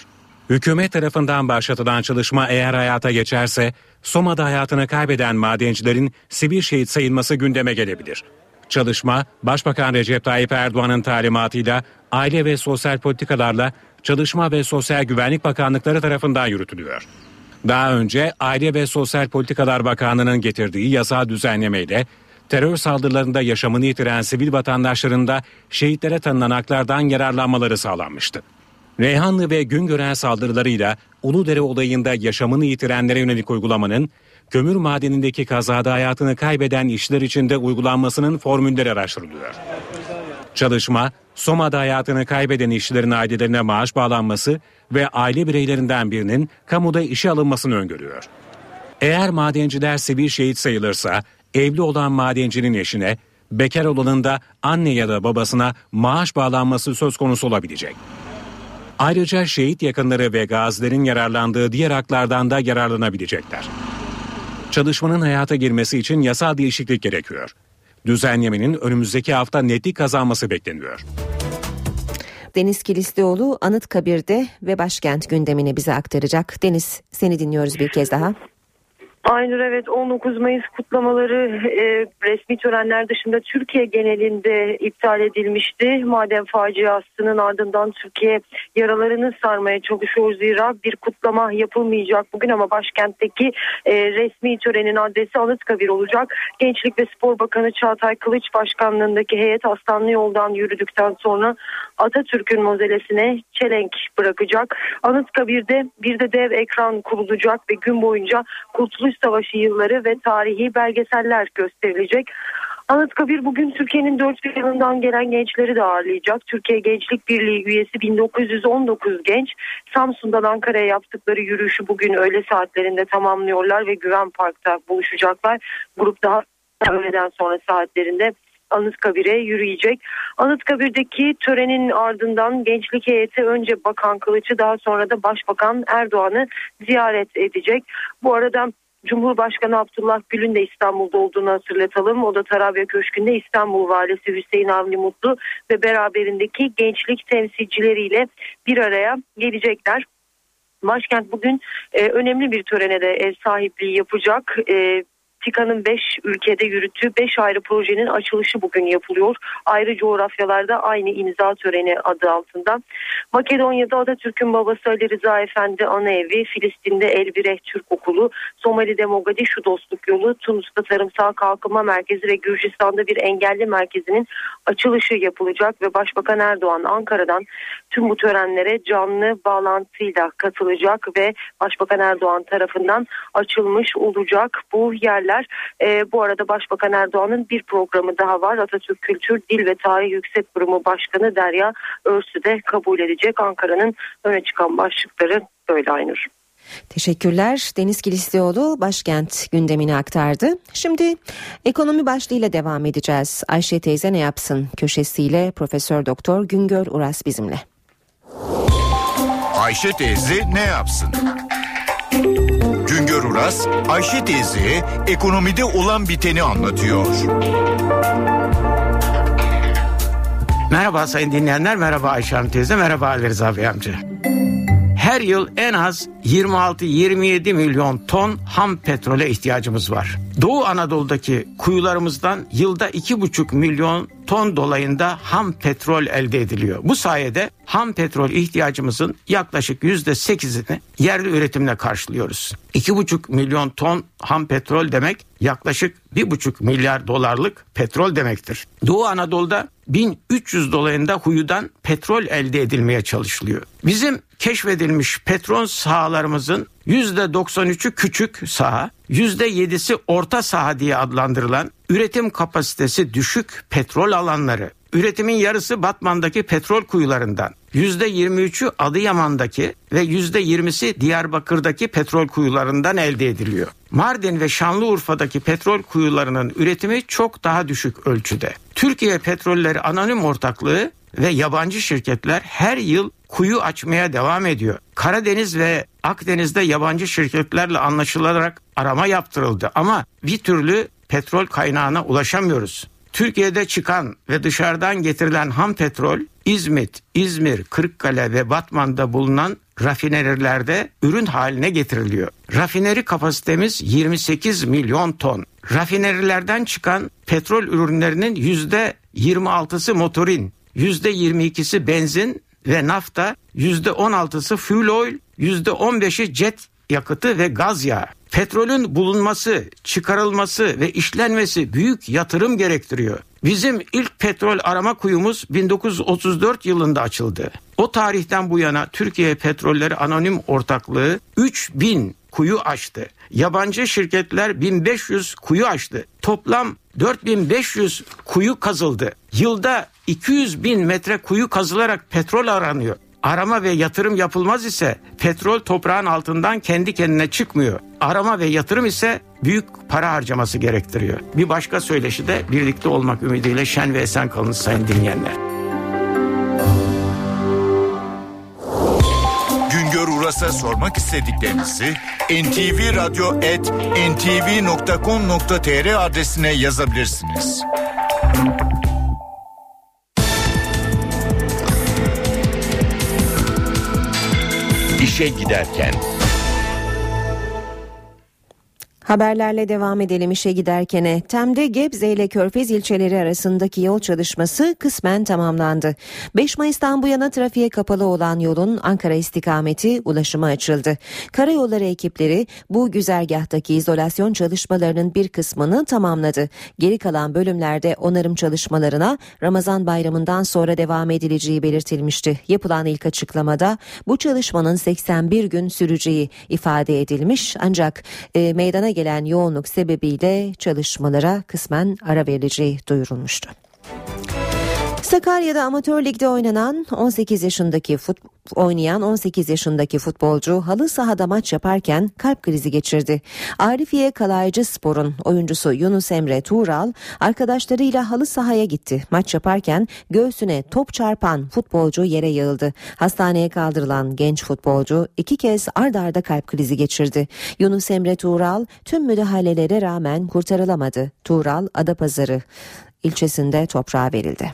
Hükümet tarafından başlatılan çalışma eğer hayata geçerse Soma'da hayatını kaybeden madencilerin sivil şehit sayılması gündeme gelebilir. Çalışma Başbakan Recep Tayyip Erdoğan'ın talimatıyla Aile ve Sosyal Politikalarla Çalışma ve Sosyal Güvenlik Bakanlıkları tarafından yürütülüyor. Daha önce Aile ve Sosyal Politikalar Bakanlığı'nın getirdiği yasal düzenlemeyle terör saldırılarında yaşamını yitiren sivil vatandaşların da şehitlere tanınan haklardan yararlanmaları sağlanmıştı. Reyhanlı ve Güngören saldırılarıyla Uludere olayında yaşamını yitirenlere yönelik uygulamanın kömür madenindeki kazada hayatını kaybeden işçiler için de uygulanmasının formülleri araştırılıyor. Çalışma, Soma'da hayatını kaybeden işçilerin ailelerine maaş bağlanması ve aile bireylerinden birinin kamuda işe alınmasını öngörüyor. Eğer madenciler sivil şehit sayılırsa, evli olan madencinin eşine, bekar olanın da anne ya da babasına maaş bağlanması söz konusu olabilecek. Ayrıca şehit yakınları ve gazilerin yararlandığı diğer haklardan da yararlanabilecekler. Çalışmanın hayata girmesi için yasal değişiklik gerekiyor. Düzenlemenin önümüzdeki hafta netlik kazanması bekleniyor. Deniz Kilislioğlu Anıtkabir'de ve başkent gündemini bize aktaracak. Deniz, seni dinliyoruz bir kez daha. Aynur, evet, on dokuz Mayıs kutlamaları e, resmi törenler dışında Türkiye genelinde iptal edilmişti. Maden faciasının ardından Türkiye yaralarını sarmaya çalışıyor, zira bir kutlama yapılmayacak bugün ama başkentteki e, resmi törenin adresi Anıtkabir olacak. Gençlik ve Spor Bakanı Çağatay Kılıç başkanlığındaki heyet Aslanlı Yol'dan yürüdükten sonra Atatürk'ün mozelesine çelenk bırakacak. Anıtkabir'de bir de dev ekran kurulacak ve gün boyunca Kurtuluş Savaşı yılları ve tarihi belgeseller gösterilecek. Anıtkabir bugün Türkiye'nin dört bir yanından gelen gençleri de ağırlayacak. Türkiye Gençlik Birliği üyesi bin dokuz yüz on dokuz genç Samsun'dan Ankara'ya yaptıkları yürüyüşü bugün öğle saatlerinde tamamlıyorlar ve Güven Park'ta buluşacaklar. Grup daha öğleden sonra saatlerinde Anıtkabir'e yürüyecek. Anıtkabir'deki törenin ardından gençlik heyeti önce Bakan Kılıç'ı, daha sonra da Başbakan Erdoğan'ı ziyaret edecek. Bu arada Cumhurbaşkanı Abdullah Gül'ün de İstanbul'da olduğunu hatırlatalım. O da Tarabya Köşkü'nde İstanbul Valisi Hüseyin Avni Mutlu ve beraberindeki gençlik temsilcileriyle bir araya gelecekler. Başkent bugün e, önemli bir törene de ev sahipliği yapacak. E, TİKA'nın beş ülkede yürüttüğü beş ayrı projenin açılışı bugün yapılıyor. Ayrı coğrafyalarda aynı imza töreni adı altında. Makedonya'da Atatürk'ün babası Ali Rıza Efendi Anaevi, Filistin'de Elbireh Türk Okulu, Somali'de Mogadishu Dostluk Yolu, Tunus'ta Tarımsal Kalkınma Merkezi ve Gürcistan'da bir engelli merkezinin açılışı yapılacak ve Başbakan Erdoğan Ankara'dan tüm bu törenlere canlı bağlantıyla katılacak ve Başbakan Erdoğan tarafından açılmış olacak bu yerler. E, bu arada Başbakan Erdoğan'ın bir programı daha var. Atatürk Kültür, Dil ve Tarih Yüksek Kurumu Başkanı Derya Örsü de kabul edecek. Ankara'nın öne çıkan başlıkları böyle, Aynur. Teşekkürler. Deniz Kilislioğlu başkent gündemini aktardı. Şimdi ekonomi başlığıyla devam edeceğiz. Ayşe teyze ne yapsın köşesiyle Profesör Doktor Güngör Uras bizimle. Ayşe teyze ne yapsın? Güngör Uras, Ayşe teyze ekonomide olan biteni anlatıyor. Merhaba sayın dinleyenler, merhaba Ayşe Hanım teyze, merhaba Ali Rıza Bey amca. Her yıl en az yirmi altı yirmi yedi milyon ton ham petrole ihtiyacımız var. Doğu Anadolu'daki kuyularımızdan yılda iki buçuk milyon ton dolayında ham petrol elde ediliyor. Bu sayede ham petrol ihtiyacımızın yaklaşık yüzde sekizini yerli üretimle karşılıyoruz. iki buçuk milyon ton ham petrol demek yaklaşık bir buçuk milyar dolarlık petrol demektir. Doğu Anadolu'da bin üç yüz dolayında huyudan petrol elde edilmeye çalışılıyor. Bizim keşfedilmiş petrol sahalarımızın yüzde doksan üçü küçük saha, yüzde yedisi orta saha diye adlandırılan üretim kapasitesi düşük petrol alanları. Üretimin yarısı Batman'daki petrol kuyularından, yüzde yirmi üçü Adıyaman'daki ve yüzde yirmisi Diyarbakır'daki petrol kuyularından elde ediliyor. Mardin ve Şanlıurfa'daki petrol kuyularının üretimi çok daha düşük ölçüde. Türkiye Petrolleri Anonim Ortaklığı ve yabancı şirketler her yıl kuyu açmaya devam ediyor. Karadeniz ve Akdeniz'de yabancı şirketlerle anlaşılarak arama yaptırıldı ama bir türlü petrol kaynağına ulaşamıyoruz. Türkiye'de çıkan ve dışarıdan getirilen ham petrol İzmit, İzmir, Kırıkkale ve Batman'da bulunan rafinerilerde ürün haline getiriliyor. Rafineri kapasitemiz yirmi sekiz milyon ton. Rafinerilerden çıkan petrol ürünlerinin yüzde yirmi altısı motorin, yüzde yirmi ikisi benzin ve nafta, yüzde on altısı fuel oil, yüzde on beşi jet yakıtı ve gaz yağı. Petrolün bulunması, çıkarılması ve işlenmesi büyük yatırım gerektiriyor. Bizim ilk petrol arama kuyumuz bin dokuz yüz otuz dört yılında açıldı. O tarihten bu yana Türkiye Petrolleri Anonim Ortaklığı üç bin kuyu açtı. Yabancı şirketler bin beş yüz kuyu açtı. Toplam dört bin beş yüz kuyu kazıldı. Yılda iki yüz bin metre kuyu kazılarak petrol aranıyor. Arama ve yatırım yapılmaz ise petrol toprağın altından kendi kendine çıkmıyor. Arama ve yatırım ise büyük para harcaması gerektiriyor. Bir başka söyleşi de birlikte olmak ümidiyle şen ve esen kalınız sayın dinleyenler. Güngör Uras'a sormak istediklerinizi en ti vi radyo at en ti vi nokta com nokta tr adresine yazabilirsiniz. İşe giderken. Haberlerle devam edelim işe giderkene. Tem'de Gebze ile Körfez ilçeleri arasındaki yol çalışması kısmen tamamlandı. beş Mayıs'tan bu yana trafiğe kapalı olan yolun Ankara istikameti ulaşıma açıldı. Karayolları ekipleri bu güzergahtaki izolasyon çalışmalarının bir kısmını tamamladı. Geri kalan bölümlerde onarım çalışmalarına Ramazan bayramından sonra devam edileceği belirtilmişti. Yapılan ilk açıklamada bu çalışmanın seksen bir gün süreceği ifade edilmiş, ancak e, meydana gelen yoğunluk sebebiyle çalışmalara kısmen ara verileceği duyurulmuştu. Sakarya'da amatör ligde oynanan on sekiz yaşındaki fut, oynayan on sekiz yaşındaki futbolcu halı sahada maç yaparken kalp krizi geçirdi. Arifiye Kalaycıspor'un oyuncusu Yunus Emre Tuğral arkadaşlarıyla halı sahaya gitti. Maç yaparken göğsüne top çarpan futbolcu yere yığıldı. Hastaneye kaldırılan genç futbolcu iki kez ard arda kalp krizi geçirdi. Yunus Emre Tuğral tüm müdahalelere rağmen kurtarılamadı. Tuğral Adapazarı ilçesinde toprağa verildi.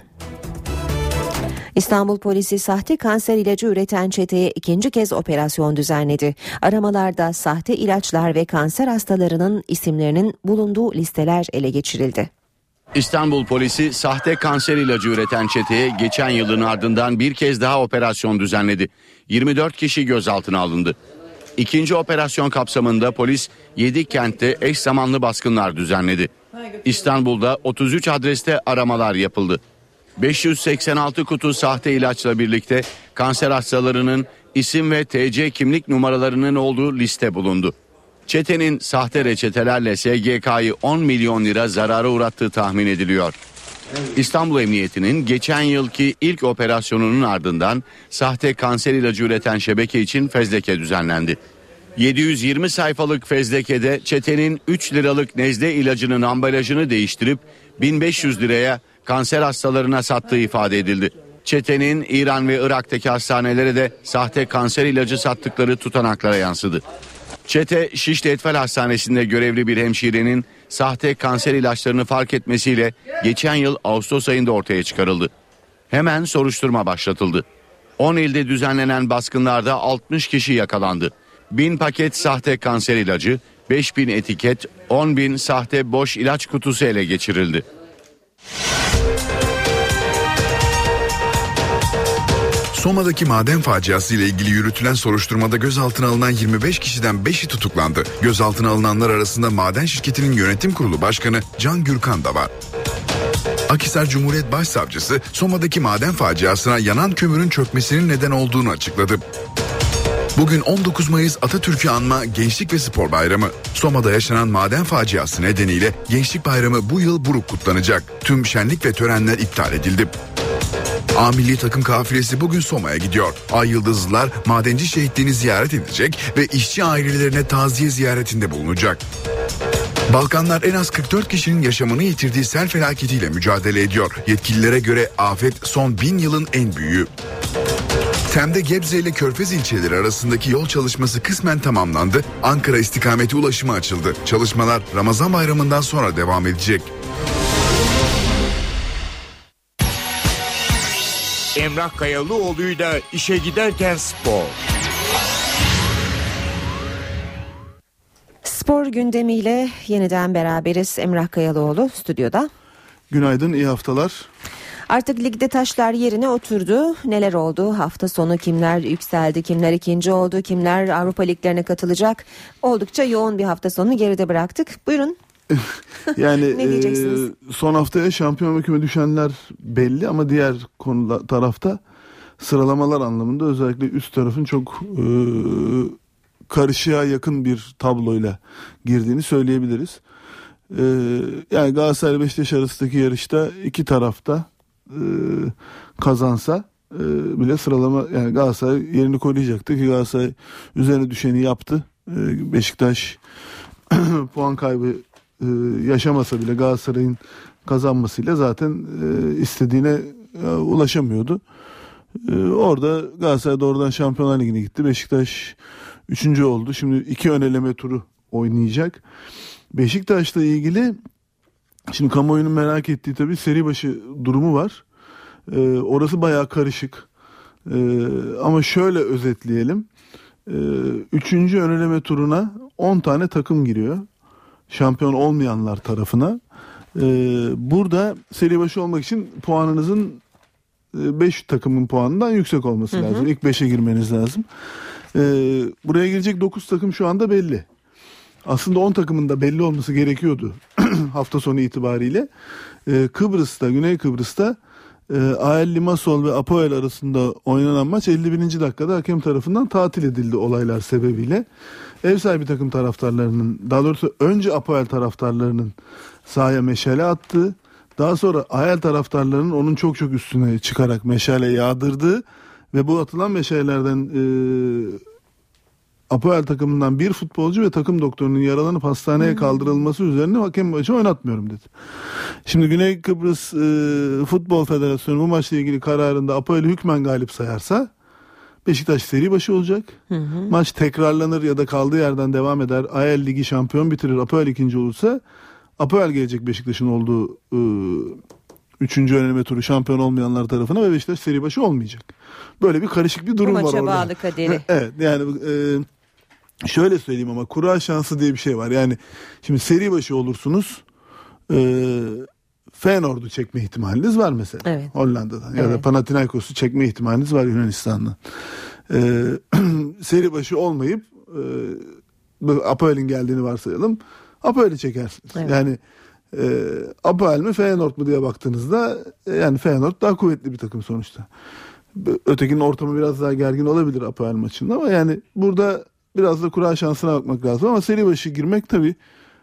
İstanbul polisi sahte kanser ilacı üreten çeteye ikinci kez operasyon düzenledi. Aramalarda sahte ilaçlar ve kanser hastalarının isimlerinin bulunduğu listeler ele geçirildi. İstanbul polisi sahte kanser ilacı üreten çeteye geçen yılın ardından bir kez daha operasyon düzenledi. yirmi dört kişi gözaltına alındı. İkinci operasyon kapsamında polis yedi kentte eş zamanlı baskınlar düzenledi. İstanbul'da otuz üç adreste aramalar yapıldı. beş yüz seksen altı kutu sahte ilaçla birlikte kanser hastalarının isim ve T C kimlik numaralarının olduğu liste bulundu. Çetenin sahte reçetelerle S G K'yı on milyon lira zarara uğrattığı tahmin ediliyor. İstanbul Emniyeti'nin geçen yılki ilk operasyonunun ardından sahte kanser ilacı üreten şebeke için fezleke düzenlendi. yedi yüz yirmi sayfalık fezlekede çetenin üç liralık nezle ilacının ambalajını değiştirip bin beş yüz liraya kanser hastalarına sattığı ifade edildi. Çetenin İran ve Irak'taki hastanelere de sahte kanser ilacı sattıkları tutanaklara yansıdı. Çete Şişli Etfal Hastanesi'nde görevli bir hemşirenin sahte kanser ilaçlarını fark etmesiyle geçen yıl Ağustos ayında ortaya çıkarıldı. Hemen soruşturma başlatıldı. on ilde düzenlenen baskınlarda altmış kişi yakalandı. bin paket sahte kanser ilacı, beş bin etiket, on bin sahte boş ilaç kutusu ele geçirildi. Soma'daki maden faciası ile ilgili yürütülen soruşturmada gözaltına alınan yirmi beş kişiden beşi tutuklandı. Gözaltına alınanlar arasında maden şirketinin yönetim kurulu başkanı Can Gürkan da var. Akhisar Cumhuriyet Başsavcısı Soma'daki maden faciasına yanan kömürün çökmesinin neden olduğunu açıkladı. Bugün on dokuz Mayıs Atatürk'ü anma Gençlik ve Spor Bayramı. Soma'da yaşanan maden faciası nedeniyle Gençlik Bayramı bu yıl buruk kutlanacak. Tüm şenlik ve törenler iptal edildi. A milli takım kafilesi bugün Soma'ya gidiyor. Ay Yıldızlılar madenci şehitliğini ziyaret edecek ve işçi ailelerine taziye ziyaretinde bulunacak. Balkanlar en az kırk dört kişinin yaşamını yitirdiği sel felaketiyle mücadele ediyor. Yetkililere göre afet son bin yılın en büyüğü. Tem'de Gebze ile Körfez ilçeleri arasındaki yol çalışması kısmen tamamlandı. Ankara istikameti ulaşıma açıldı. Çalışmalar Ramazan bayramından sonra devam edecek. Emrah Kayalıoğlu'yla işe giderken spor. Spor gündemiyle yeniden beraberiz. Emrah Kayalıoğlu stüdyoda. Günaydın, iyi haftalar. Artık ligde taşlar yerine oturdu. Neler oldu? Hafta sonu kimler yükseldi, kimler ikinci oldu, kimler Avrupa liglerine katılacak? Oldukça yoğun bir hafta sonu geride bıraktık. Buyurun. Yani ne diyeceksiniz? E, son haftaya şampiyon küme düşenler belli ama diğer konuda tarafta sıralamalar anlamında özellikle üst tarafın çok e, karışığa yakın bir tabloyla girdiğini söyleyebiliriz. E, yani Galatasaray Beşiktaş arasındaki yarışta iki tarafta e, kazansa e, bile sıralama, yani Galatasaray yerini koruyacaktı ki Galatasaray üzerine düşeni yaptı. E, Beşiktaş puan kaybı e, yaşamasa bile Galatasaray'ın kazanmasıyla zaten e, istediğine e, ulaşamıyordu. E, orada Galatasaray doğrudan Şampiyonlar Ligi'ne gitti. Beşiktaş üçüncü oldu. Şimdi iki ön eleme turu oynayacak. Beşiktaş'la ilgili şimdi kamuoyunun merak ettiği tabii seri başı durumu var. E, orası bayağı karışık. E, ama şöyle özetleyelim. E, üçüncü ön eleme turuna on tane takım giriyor. Şampiyon olmayanlar tarafına. Ee, burada seri başı olmak için puanınızın beş takımın puanından yüksek olması hı hı. lazım. İlk beşe girmeniz lazım. Ee, buraya girecek dokuz takım şu anda belli. Aslında on takımın da belli olması gerekiyordu hafta sonu itibariyle. Ee, Kıbrıs'ta, Güney Kıbrıs'ta e, A L Limassol ve Apoel arasında oynanan maç elli birinci dakikada hakem tarafından tatil edildi olaylar sebebiyle. Ev sahibi takım taraftarlarının, daha doğrusu önce Apoel taraftarlarının sahaya meşale attığı, daha sonra A L taraftarlarının onun çok çok üstüne çıkarak meşale yağdırdığı ve bu atılan meşalelerden e, Apoel takımından bir futbolcu ve takım doktorunun yaralanıp hastaneye kaldırılması üzerine hakem maçı oynatmıyorum dedi. Şimdi Güney Kıbrıs e, Futbol Federasyonu bu maçla ilgili kararında Apoel'i hükmen galip sayarsa Beşiktaş seri başı olacak. Hı hı. Maç tekrarlanır ya da kaldığı yerden devam eder. A L Ligi şampiyon bitirir. Apoel ikinci olursa Apoel gelecek Beşiktaş'ın olduğu e, üçüncü öneleme turu şampiyon olmayanlar tarafına ve Beşiktaş seri başı olmayacak. Böyle bir karışık bir durum var orada. Bu maça bağlı kaderi. Evet, yani e, şöyle söyleyeyim ama kura şansı diye bir şey var. Yani şimdi seri başı olursunuz. E, Feyenoord'u çekme ihtimaliniz var mesela. Evet. Hollanda'dan evet. Ya da Panathinaikos'u çekme ihtimaliniz var Yunanistan'dan. Ee, seri başı olmayıp e, Apoel'in geldiğini varsayalım. Apoel'i çekersiniz. Evet. Yani e, Apoel mi Feyenoord mu diye baktığınızda e, yani Feyenoord daha kuvvetli bir takım sonuçta. Ötekinin ortamı biraz daha gergin olabilir Apoel maçında ama yani burada biraz da kura şansına bakmak lazım ama seri başı girmek tabii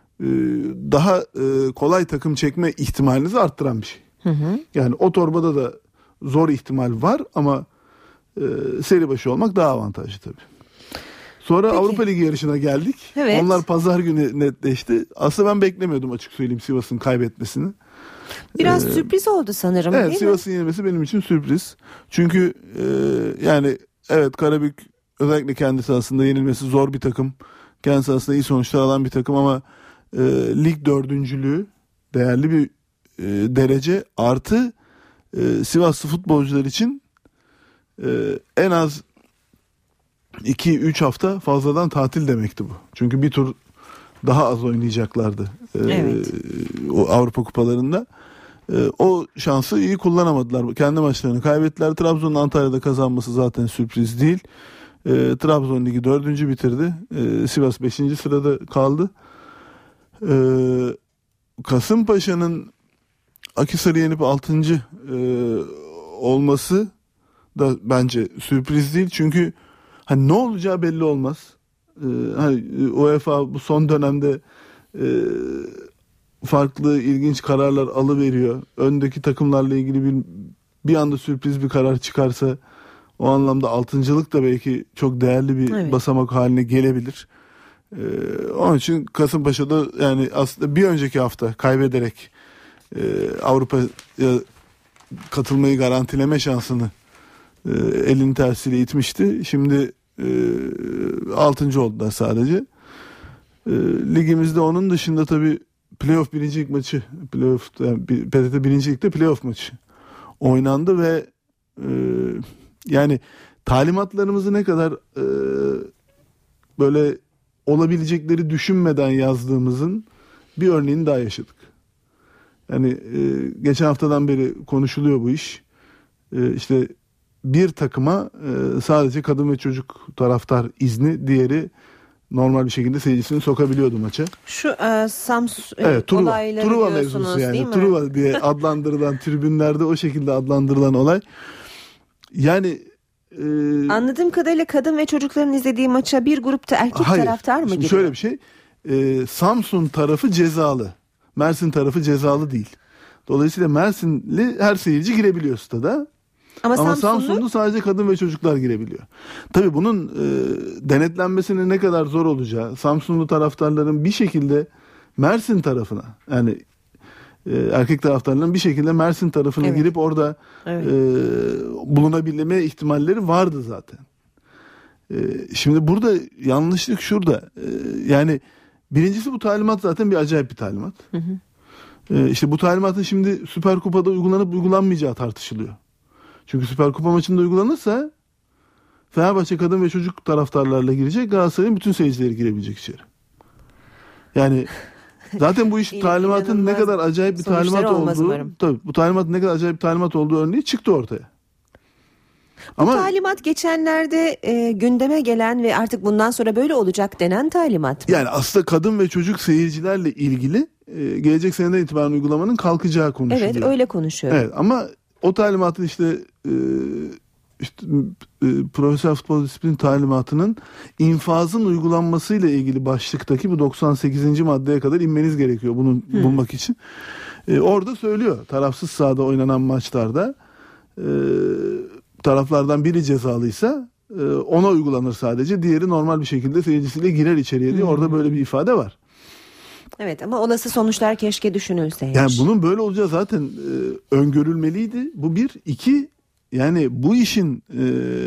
daha kolay takım çekme ihtimalinizi arttıran bir şey. Hı hı. Yani o torbada da zor ihtimal var ama e, seri başı olmak daha avantajlı tabii. Sonra Peki. Avrupa Ligi yarışına geldik. Evet. Onlar pazar günü netleşti. Aslında ben beklemiyordum açık söyleyeyim Sivas'ın kaybetmesini. Biraz ee, sürpriz oldu sanırım evet, değil mi? Sivas'ın yenilmesi benim için sürpriz. Çünkü e, yani evet Karabük özellikle kendisi aslında yenilmesi zor bir takım. Kendisi aslında iyi sonuçlar alan bir takım ama E, lig dördüncülüğü değerli bir e, derece artı e, Sivaslı futbolcular için e, en az iki üç hafta fazladan tatil demekti bu. Çünkü bir tur daha az oynayacaklardı e, evet. o Avrupa kupalarında. E, o şansı iyi kullanamadılar. Kendi maçlarını kaybettiler. Trabzon'un Antalya'da kazanması zaten sürpriz değil. E, Trabzon ligi dördüncü bitirdi. E, Sivas beşinci sırada kaldı. Ee, Kasımpaşa'nın Akhisar'ı yenip altıncı e, olması da bence sürpriz değil. Çünkü hani ne olacağı belli olmaz. Ee, hani UEFA bu son dönemde e, farklı ilginç kararlar alıveriyor. Öndeki takımlarla ilgili bir bir anda sürpriz bir karar çıkarsa o anlamda altıncılık da belki çok değerli bir evet. basamak haline gelebilir. Ee, onun için Kasımpaşa'da yani aslında bir önceki hafta kaybederek e, Avrupa'ya katılmayı garantileme şansını e, elinin tersiyle itmişti. Şimdi e, altıncı oldular sadece. E, ligimizde onun dışında tabii playoff birincilik maçı, playoff yani P T T birincilikte playoff maçı oynandı ve e, yani talimatlarımızı ne kadar e, böyle olabilecekleri düşünmeden yazdığımızın bir örneğini daha yaşadık. Yani e, geçen haftadan beri konuşuluyor bu iş. E, işte bir takıma e, sadece kadın ve çocuk taraftar izni, diğeri normal bir şekilde seyircisini sokabiliyordu maça. Şu e, Samsun evet, Truva, olayları Truva diyorsunuz mevzusu yani. değil mi? Truva diye adlandırılan, tribünlerde o şekilde adlandırılan olay. Yani e, anladığım kadarıyla kadın ve çocukların izlediği maça bir grupta erkek hayır, taraftar mı gidiyor? Şöyle bir şey. E, Samsun tarafı cezalı. Mersin tarafı cezalı değil. Dolayısıyla Mersinli her seyirci girebiliyor stada. Ama, Ama Samsunlu... Samsunlu sadece kadın ve çocuklar girebiliyor. Tabii bunun e, denetlenmesinin ne kadar zor olacağı, Samsunlu taraftarların bir şekilde Mersin tarafına, yani e, erkek taraftarların bir şekilde Mersin tarafına evet. girip orada evet. e, bulunabilme ihtimalleri vardı zaten. E, şimdi burada yanlışlık şurada. E, yani birincisi bu talimat zaten bir acayip bir talimat. Hı hı. E, işte bu talimatın şimdi Süper Kupa'da uygulanıp uygulanmayacağı tartışılıyor. Çünkü Süper Kupa maçında uygulanırsa Fenerbahçe kadın ve çocuk taraftarlarla girecek, Galatasaray'ın bütün seyircileri girebilecek içeri. Yani zaten bu iş talimatın ne kadar acayip bir talimat olduğu, tabii bu talimat ne kadar acayip bir talimat olduğu örneği çıktı ortaya. Bu Ama, talimat geçenlerde e, gündeme gelen ve artık bundan sonra böyle olacak denen talimat mı? Yani aslında kadın ve çocuk seyircilerle ilgili e, gelecek seneden itibaren uygulamanın kalkacağı konuşuluyor. Evet, öyle konuşuyor. Evet, ama o talimatın işte, e, işte e, profesyonel futbol disiplin talimatının infazın uygulanmasıyla ilgili başlıktaki bu doksan sekizinci maddeye kadar inmeniz gerekiyor bunu hmm. bulmak için. E, orada söylüyor, tarafsız sahada oynanan maçlarda e, taraflardan biri cezalıysa e, ona uygulanır sadece. Diğeri normal bir şekilde seyircisiyle girer içeriye diye hmm. orada böyle bir ifade var. Evet, ama olası sonuçlar keşke düşünülseymiş. Yani bunun böyle olacağı zaten e, öngörülmeliydi. Bu bir. iki yani bu işin e,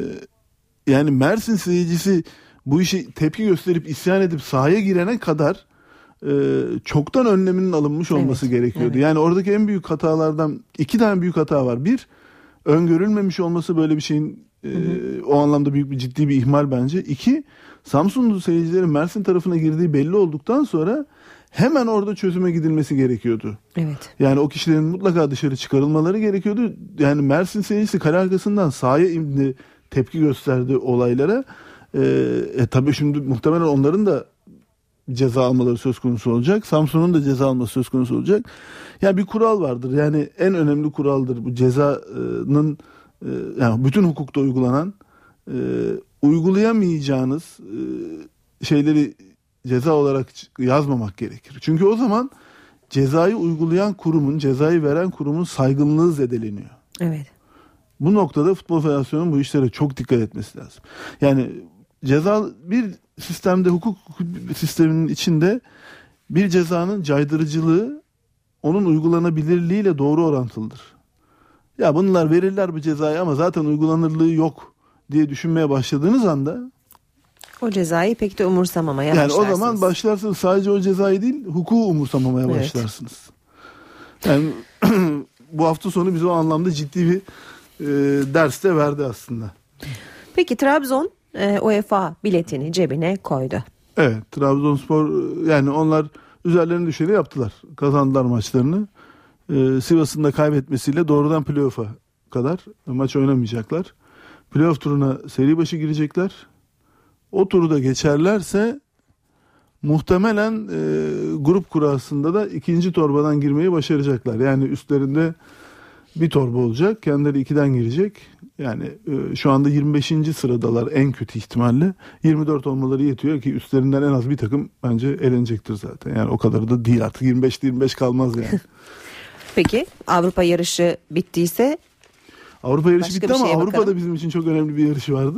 yani Mersin seyircisi bu işe tepki gösterip isyan edip sahaya girene kadar e, çoktan önleminin alınmış olması evet, gerekiyordu. Evet. Yani oradaki en büyük hatalardan iki tane büyük hata var. Bir, öngörülmemiş olması böyle bir şeyin e, hı hı. o anlamda büyük bir ciddi bir ihmal bence. İki, Samsunlu seyircilerin Mersin tarafına girdiği belli olduktan sonra hemen orada çözüme gidilmesi gerekiyordu. Evet. Yani o kişilerin mutlaka dışarı çıkarılmaları gerekiyordu. Yani Mersin seyircisi kale arkasından sahaya indi, tepki gösterdi olaylara. Ee, e, tabii şimdi muhtemelen onların da ceza almaları söz konusu olacak. Samsun'un da ceza alması söz konusu olacak. Yani bir kural vardır. Yani en önemli kuraldır bu cezanın e, yani bütün hukukta uygulanan e, uygulayamayacağınız e, şeyleri ceza olarak yazmamak gerekir. Çünkü o zaman cezayı uygulayan kurumun, cezayı veren kurumun saygınlığı zedeleniyor. Evet. Bu noktada Futbol Federasyonu'nun bu işlere çok dikkat etmesi lazım. Yani ceza bir sistemde, hukuk sisteminin içinde bir cezanın caydırıcılığı onun uygulanabilirliğiyle doğru orantılıdır. Ya bunlar verirler bu cezayı ama zaten uygulanırlığı yok diye düşünmeye başladığınız anda o cezayı pek de umursamamaya yani başlarsınız. Yani o zaman başlarsınız sadece o cezayı değil, hukuku umursamamaya evet. başlarsınız. Yani bu hafta sonu bize o anlamda ciddi bir e, ders de verdi aslında. Peki Trabzon e, UEFA biletini cebine koydu. Evet, Trabzonspor yani onlar üzerlerine düşeni yaptılar. Kazandılar maçlarını. E, Sivas'ın da kaybetmesiyle doğrudan playoff'a kadar maç oynamayacaklar. Playoff turuna seri başı girecekler. O turu da geçerlerse muhtemelen e, grup kurasında da ikinci torbadan girmeyi başaracaklar. Yani üstlerinde bir torba olacak. Kendileri ikiden girecek. Yani e, şu anda yirmi beşinci sıradalar en kötü ihtimalle. yirmi dört olmaları yetiyor ki üstlerinden en az bir takım bence elenecektir zaten. Yani o kadar da değil artık. yirmi beş yirmi beş kalmaz yani. Peki Avrupa yarışı bittiyse? Avrupa yarışı Başka bitti ama Avrupa'da bakalım. Bizim için çok önemli bir yarışı vardı.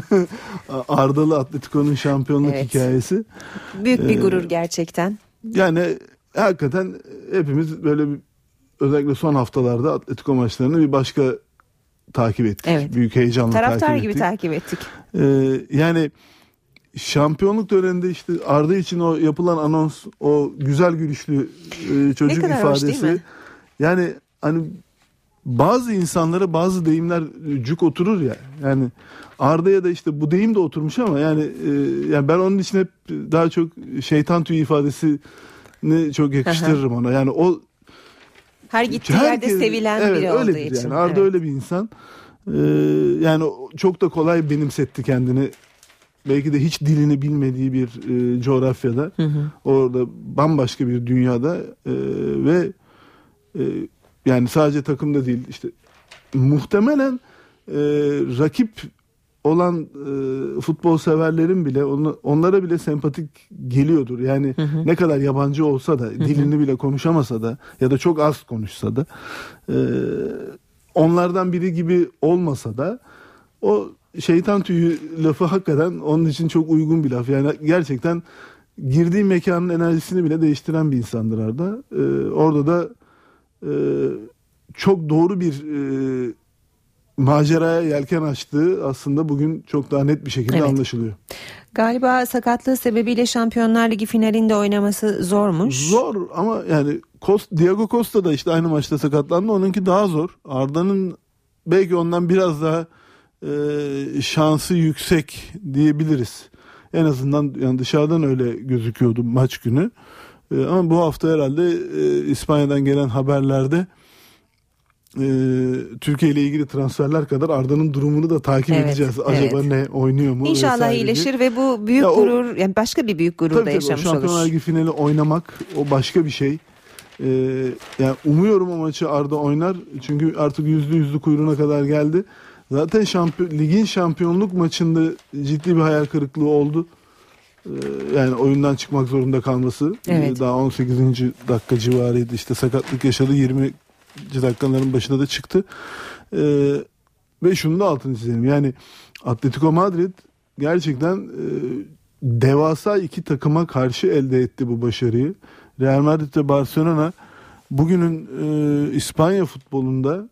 Ardalı Atletico'nun şampiyonluk evet. hikayesi. Büyük bir gurur ee, gerçekten. Yani hakikaten hepimiz böyle bir, özellikle son haftalarda Atletico maçlarını bir başka takip ettik. Evet. Büyük heyecanla Taraftar takip gibi ettik. takip ettik. Ee, yani şampiyonluk töreninde işte Arda için o yapılan anons, o güzel gülüşlü e, çocuk ifadesi. Yani hani bazı insanlara bazı deyimler cuk oturur ya. Yani Arda'ya da işte bu deyim de oturmuş ama yani e, yani ben onun için hep daha çok şeytan tüyü ifadesini çok yakıştırırım ona. Yani o her gittiği herkes, yerde sevilen evet, biri olduğu öyledir için. Yani Arda evet. öyle bir insan. Ee, yani çok da kolay benimsetti kendini. Belki de hiç dilini bilmediği bir e, coğrafyada. Hı hı. Orada bambaşka bir dünyada e, ve e, yani sadece takımda değil işte muhtemelen e, rakip olan e, futbol severlerin bile onu, onlara bile sempatik geliyordur. Yani hı hı. ne kadar yabancı olsa da hı hı. dilini bile konuşamasa da ya da çok az konuşsa da e, onlardan biri gibi olmasa da o şeytan tüyü lafı hakikaten onun için çok uygun bir laf. Yani gerçekten girdiği mekanın enerjisini bile değiştiren bir insandır Arda. Ee, orada da e, çok doğru bir e, maceraya yelken açtığı aslında bugün çok daha net bir şekilde evet. anlaşılıyor. Galiba sakatlığı sebebiyle Şampiyonlar Ligi finalinde oynaması zormuş. Zor ama yani Costa, Diego Costa da işte aynı maçta sakatlandı. Onunki daha zor. Arda'nın belki ondan biraz daha e, şansı yüksek diyebiliriz. En azından yani dışarıdan öyle gözüküyordu maç günü. E, ama bu hafta herhalde e, İspanya'dan gelen haberlerde e, Türkiye ile ilgili transferler kadar Arda'nın durumunu da takip evet, edeceğiz. Acaba evet. ne oynuyor mu? İnşallah iyileşir ve bu büyük ya gurur o, yani başka bir büyük gurur tabii, da yaşamış tabii, olur. Şampiyonlar Ligi finali oynamak o başka bir şey. Ee, yani umuyorum o maçı Arda oynar. Çünkü artık yüzde yüzlü kuyruğuna kadar geldi. Zaten şampiyon, ligin şampiyonluk maçında ciddi bir hayal kırıklığı oldu. Ee, yani oyundan çıkmak zorunda kalması. Evet. Ee, daha on sekizinci dakika civarıydı. İşte sakatlık yaşadı. yirminci dakikaların başında da çıktı. Ee, ve şunu da altını çizelim. Yani Atletico Madrid gerçekten e, devasa iki takıma karşı elde etti bu başarıyı. Real Madrid ve Barcelona bugünün e, İspanya futbolunda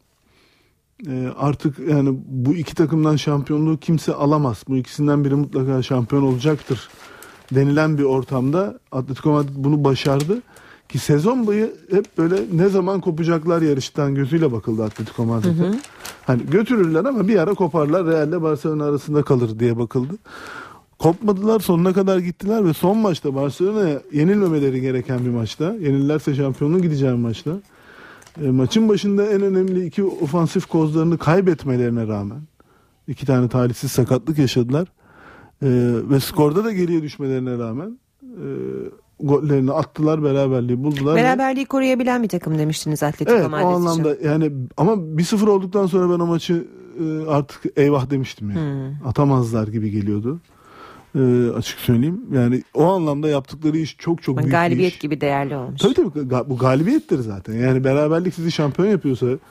e, artık yani bu iki takımdan şampiyonluğu kimse alamaz. Bu ikisinden biri mutlaka şampiyon olacaktır denilen bir ortamda Atletico Madrid bunu başardı. Ki sezon boyu hep böyle ne zaman kopacaklar yarıştan gözüyle bakıldı Atletico Madrid'e. Hani götürürler ama bir ara koparlar, Real ile Barcelona arasında kalır diye bakıldı. Kopmadılar, sonuna kadar gittiler ve son maçta Barcelona'ya yenilmemeleri gereken bir maçta, yenilirlerse şampiyonluğun gideceği maçta e, maçın başında en önemli iki ofansif kozlarını kaybetmelerine rağmen iki tane talihsiz sakatlık yaşadılar e, ve skorda da geriye düşmelerine rağmen e, gollerini attılar, beraberliği buldular. Beraberliği ve koruyabilen bir takım demiştiniz Atletico evet, Madrid o anlamda için. Yani ama bir sıfır olduktan sonra ben o maçı e, artık eyvah demiştim yani. Hmm. Atamazlar gibi geliyordu. Ee, açık söyleyeyim. Yani o anlamda yaptıkları iş çok çok büyük galibiyet bir iş. gibi değerli olmuş. Tabii tabii bu galibiyettir zaten. Yani beraberlik sizi şampiyon yapıyorsa e,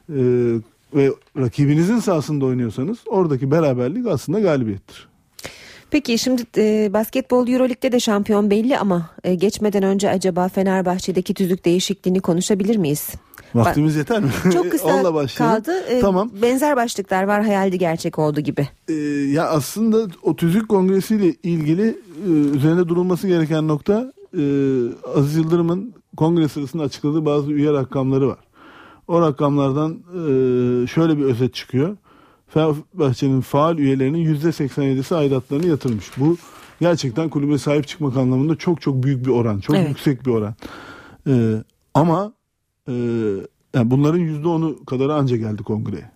ve rakibinizin sahasında oynuyorsanız oradaki beraberlik aslında galibiyettir. Peki şimdi e, basketbol Euroleague'de de şampiyon belli ama e, geçmeden önce acaba Fenerbahçe'deki tüzük değişikliğini konuşabilir miyiz? Vaktimiz yeter mi? Çok kısa kaldı. Ee, tamam. Benzer başlıklar var, hayaldi gerçek oldu gibi. Ee, ya aslında o tüzük kongresiyle ilgili e, üzerinde durulması gereken nokta e, Aziz Yıldırım'ın kongre sırasında açıkladığı bazı üye rakamları var. O rakamlardan e, şöyle bir özet çıkıyor. Fenerbahçe'nin faal üyelerinin yüzde seksen yedisi aidatlarını yatırmış. Bu gerçekten kulübe sahip çıkmak anlamında çok çok büyük bir oran. Çok evet. yüksek bir oran. E, ama Ee, yani bunların yüzde onu kadarı anca geldi kongreye.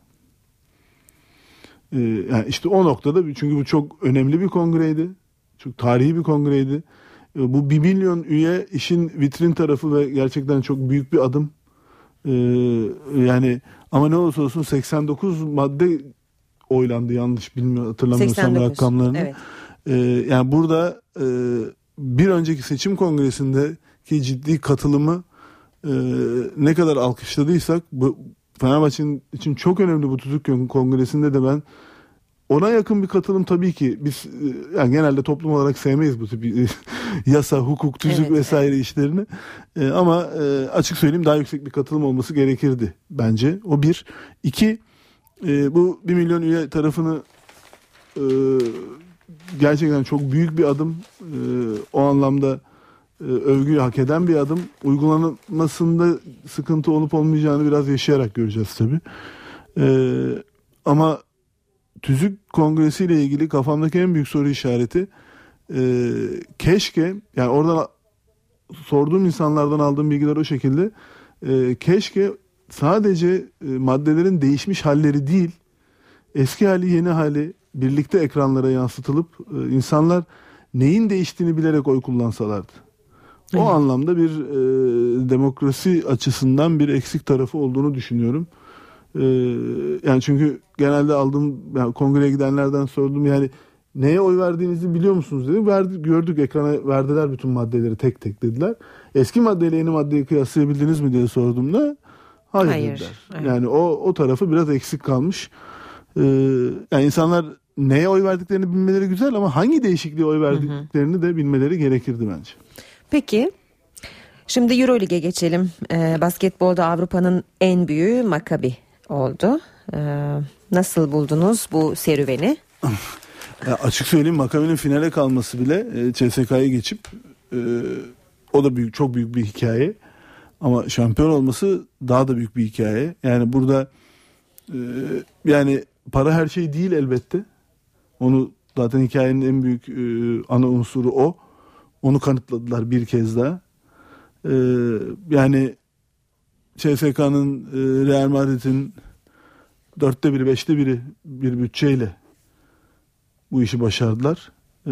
Ee, yani işte o noktada çünkü bu çok önemli bir kongreydi. Çok tarihi bir kongreydi. Ee, bu bir milyon üye işin vitrin tarafı ve gerçekten çok büyük bir adım. Ee, yani ama ne olursa olsun seksen dokuz madde oylandı, yanlış bilmiyorum hatırlamıyorsam seksen dokuz rakamlarını. Evet. Ee, yani burada e, bir önceki seçim kongresindeki ciddi katılımı Ee, ne kadar alkışladıysak bu Fenerbahçe'nin için çok önemli bu tüzük kongresinde de ben ona yakın bir katılım tabii ki biz yani genelde toplum olarak sevmeyiz bu tip yasa, hukuk, tüzük evet, vesaire evet. işlerini ee, ama e, açık söyleyeyim daha yüksek bir katılım olması gerekirdi bence. O bir. İki, e, bu bir milyon üye tarafını e, gerçekten çok büyük bir adım. E, o anlamda e, övgüyü hak eden bir adım. Uygulanmasında sıkıntı olup olmayacağını biraz yaşayarak göreceğiz tabii. E, ama TÜZÜK Kongresi ile ilgili kafamdaki en büyük soru işareti e, keşke, yani oradan sorduğum insanlardan aldığım bilgiler o şekilde, e, keşke sadece e, maddelerin değişmiş halleri değil, eski hali yeni hali birlikte ekranlara yansıtılıp e, insanlar neyin değiştiğini bilerek oy kullansalardı. O evet. anlamda bir e, demokrasi açısından bir eksik tarafı olduğunu düşünüyorum. E, yani çünkü genelde aldığım, yani kongreye gidenlerden sordum, yani neye oy verdiğinizi biliyor musunuz dedim. Verdi, gördük, ekrana verdiler bütün maddeleri tek tek dediler. Eski maddeyle yeni maddeyi kıyaslayabildiniz mi diye sorduğumda hayır, hayır dediler. Evet. Yani o o tarafı biraz eksik kalmış. Ee, yani insanlar neye oy verdiklerini bilmeleri güzel ama hangi değişikliğe oy verdiklerini hı hı. de bilmeleri gerekirdi bence. Peki. Şimdi Euroleague'e geçelim. Ee, basketbolda Avrupa'nın en büyüğü Maccabi oldu. Ee, nasıl buldunuz bu serüveni? Ya açık söyleyeyim, Maccabi'nin finale kalması bile e, C S K'yı geçip e, o da büyük, çok büyük bir hikaye. Ama şampiyon olması daha da büyük bir hikaye. Yani burada e, yani para her şey değil elbette. Onu zaten hikayenin en büyük e, ana unsuru o. Onu kanıtladılar bir kez daha. E, yani C S K'nın, e, Real Madrid'in dörtte biri, beşte biri bir bütçeyle bu işi başardılar. Ee,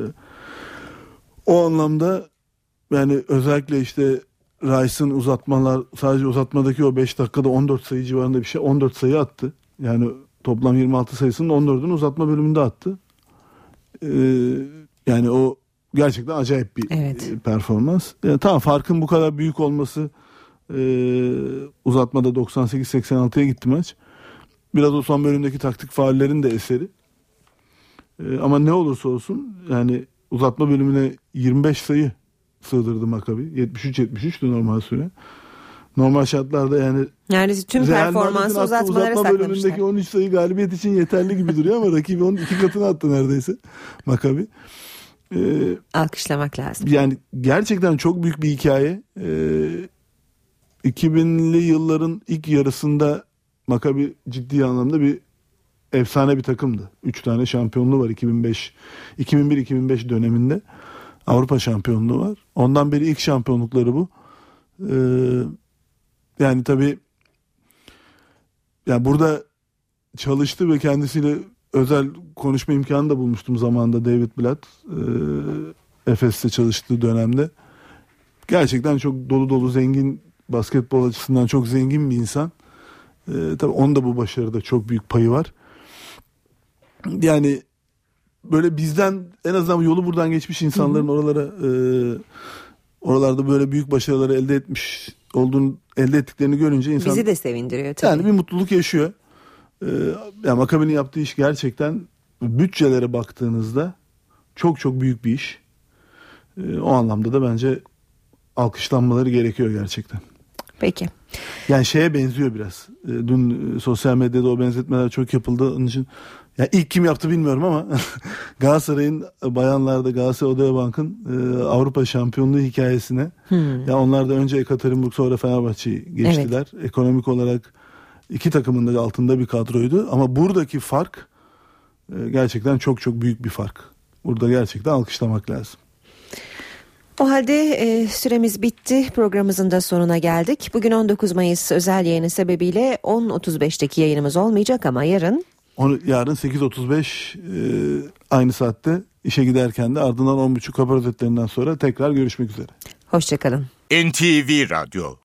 o anlamda yani özellikle işte Rice'ın uzatmalar, sadece uzatmadaki o beş dakikada on dört sayı civarında bir şey, on dört sayı attı. Yani toplam yirmi altı sayısının on dördünü uzatma bölümünde attı. Ee, yani o gerçekten acayip bir evet. performans. Yani tamam, farkın bu kadar büyük olması, e, uzatmada doksan sekiz seksen altıya gitti maç. Biraz o son bölümdeki taktik faullerin de eseri. Ama ne olursa olsun yani uzatma bölümüne yirmi beş sayı sığdırdı Maccabi. yetmiş üç yetmiş üçtü normal süre. Normal şartlarda yani yani tüm performansı uzatmalara uzatma bölümündeki on üç sayı galibiyet için yeterli gibi duruyor ama rakibi onun iki katını attı neredeyse Maccabi. Ee, Alkışlamak lazım. Yani gerçekten çok büyük bir hikaye. Ee, iki binli yılların ilk yarısında Maccabi ciddi anlamda bir efsane bir takımdı. Üç tane şampiyonluğu var iki bin beş, iki bin bir iki bin beş döneminde. Avrupa şampiyonluğu var. Ondan beri ilk şampiyonlukları bu. Ee, yani tabii yani burada çalıştı ve kendisiyle özel konuşma imkanı da bulmuştum zamanında David Blatt. Ee, Efes'te çalıştığı dönemde. Gerçekten çok dolu dolu zengin, basketbol açısından çok zengin bir insan. Ee, tabii onun da bu başarıda çok büyük payı var. Yani böyle bizden en azından yolu buradan geçmiş insanların hı hı. oralara e, oralarda böyle büyük başarıları elde etmiş olduğunu, elde ettiklerini görünce insan bizi de sevindiriyor tabii. Yani bir mutluluk yaşıyor. Ee, yani Maccabi'nin yaptığı iş gerçekten bütçelere baktığınızda çok çok büyük bir iş. Ee, o anlamda da bence alkışlanmaları gerekiyor gerçekten. Peki. Yani şeye benziyor biraz. Ee, dün sosyal medyada o benzetmeler çok yapıldı. Onun için ya ilk kim yaptı bilmiyorum ama Galatasaray'ın bayanlarda Galatasaray Odeabank'ın e, Avrupa şampiyonluğu hikayesine hmm. ya onlar da önce Ekaterinburg sonra Fenerbahçe'yi geçtiler. Evet. Ekonomik olarak iki takımın da altında bir kadroydu ama buradaki fark e, gerçekten çok çok büyük bir fark. Burada gerçekten alkışlamak lazım. O halde e, süremiz bitti. Programımızın da sonuna geldik. Bugün on dokuz Mayıs özel yayını sebebiyle on otuz beşteki yayınımız olmayacak ama yarın Onu, yarın sekiz otuz beş e, aynı saatte işe giderken de ardından on buçuk haber özetlerinden sonra tekrar görüşmek üzere. Hoşçakalın. N T V Radyo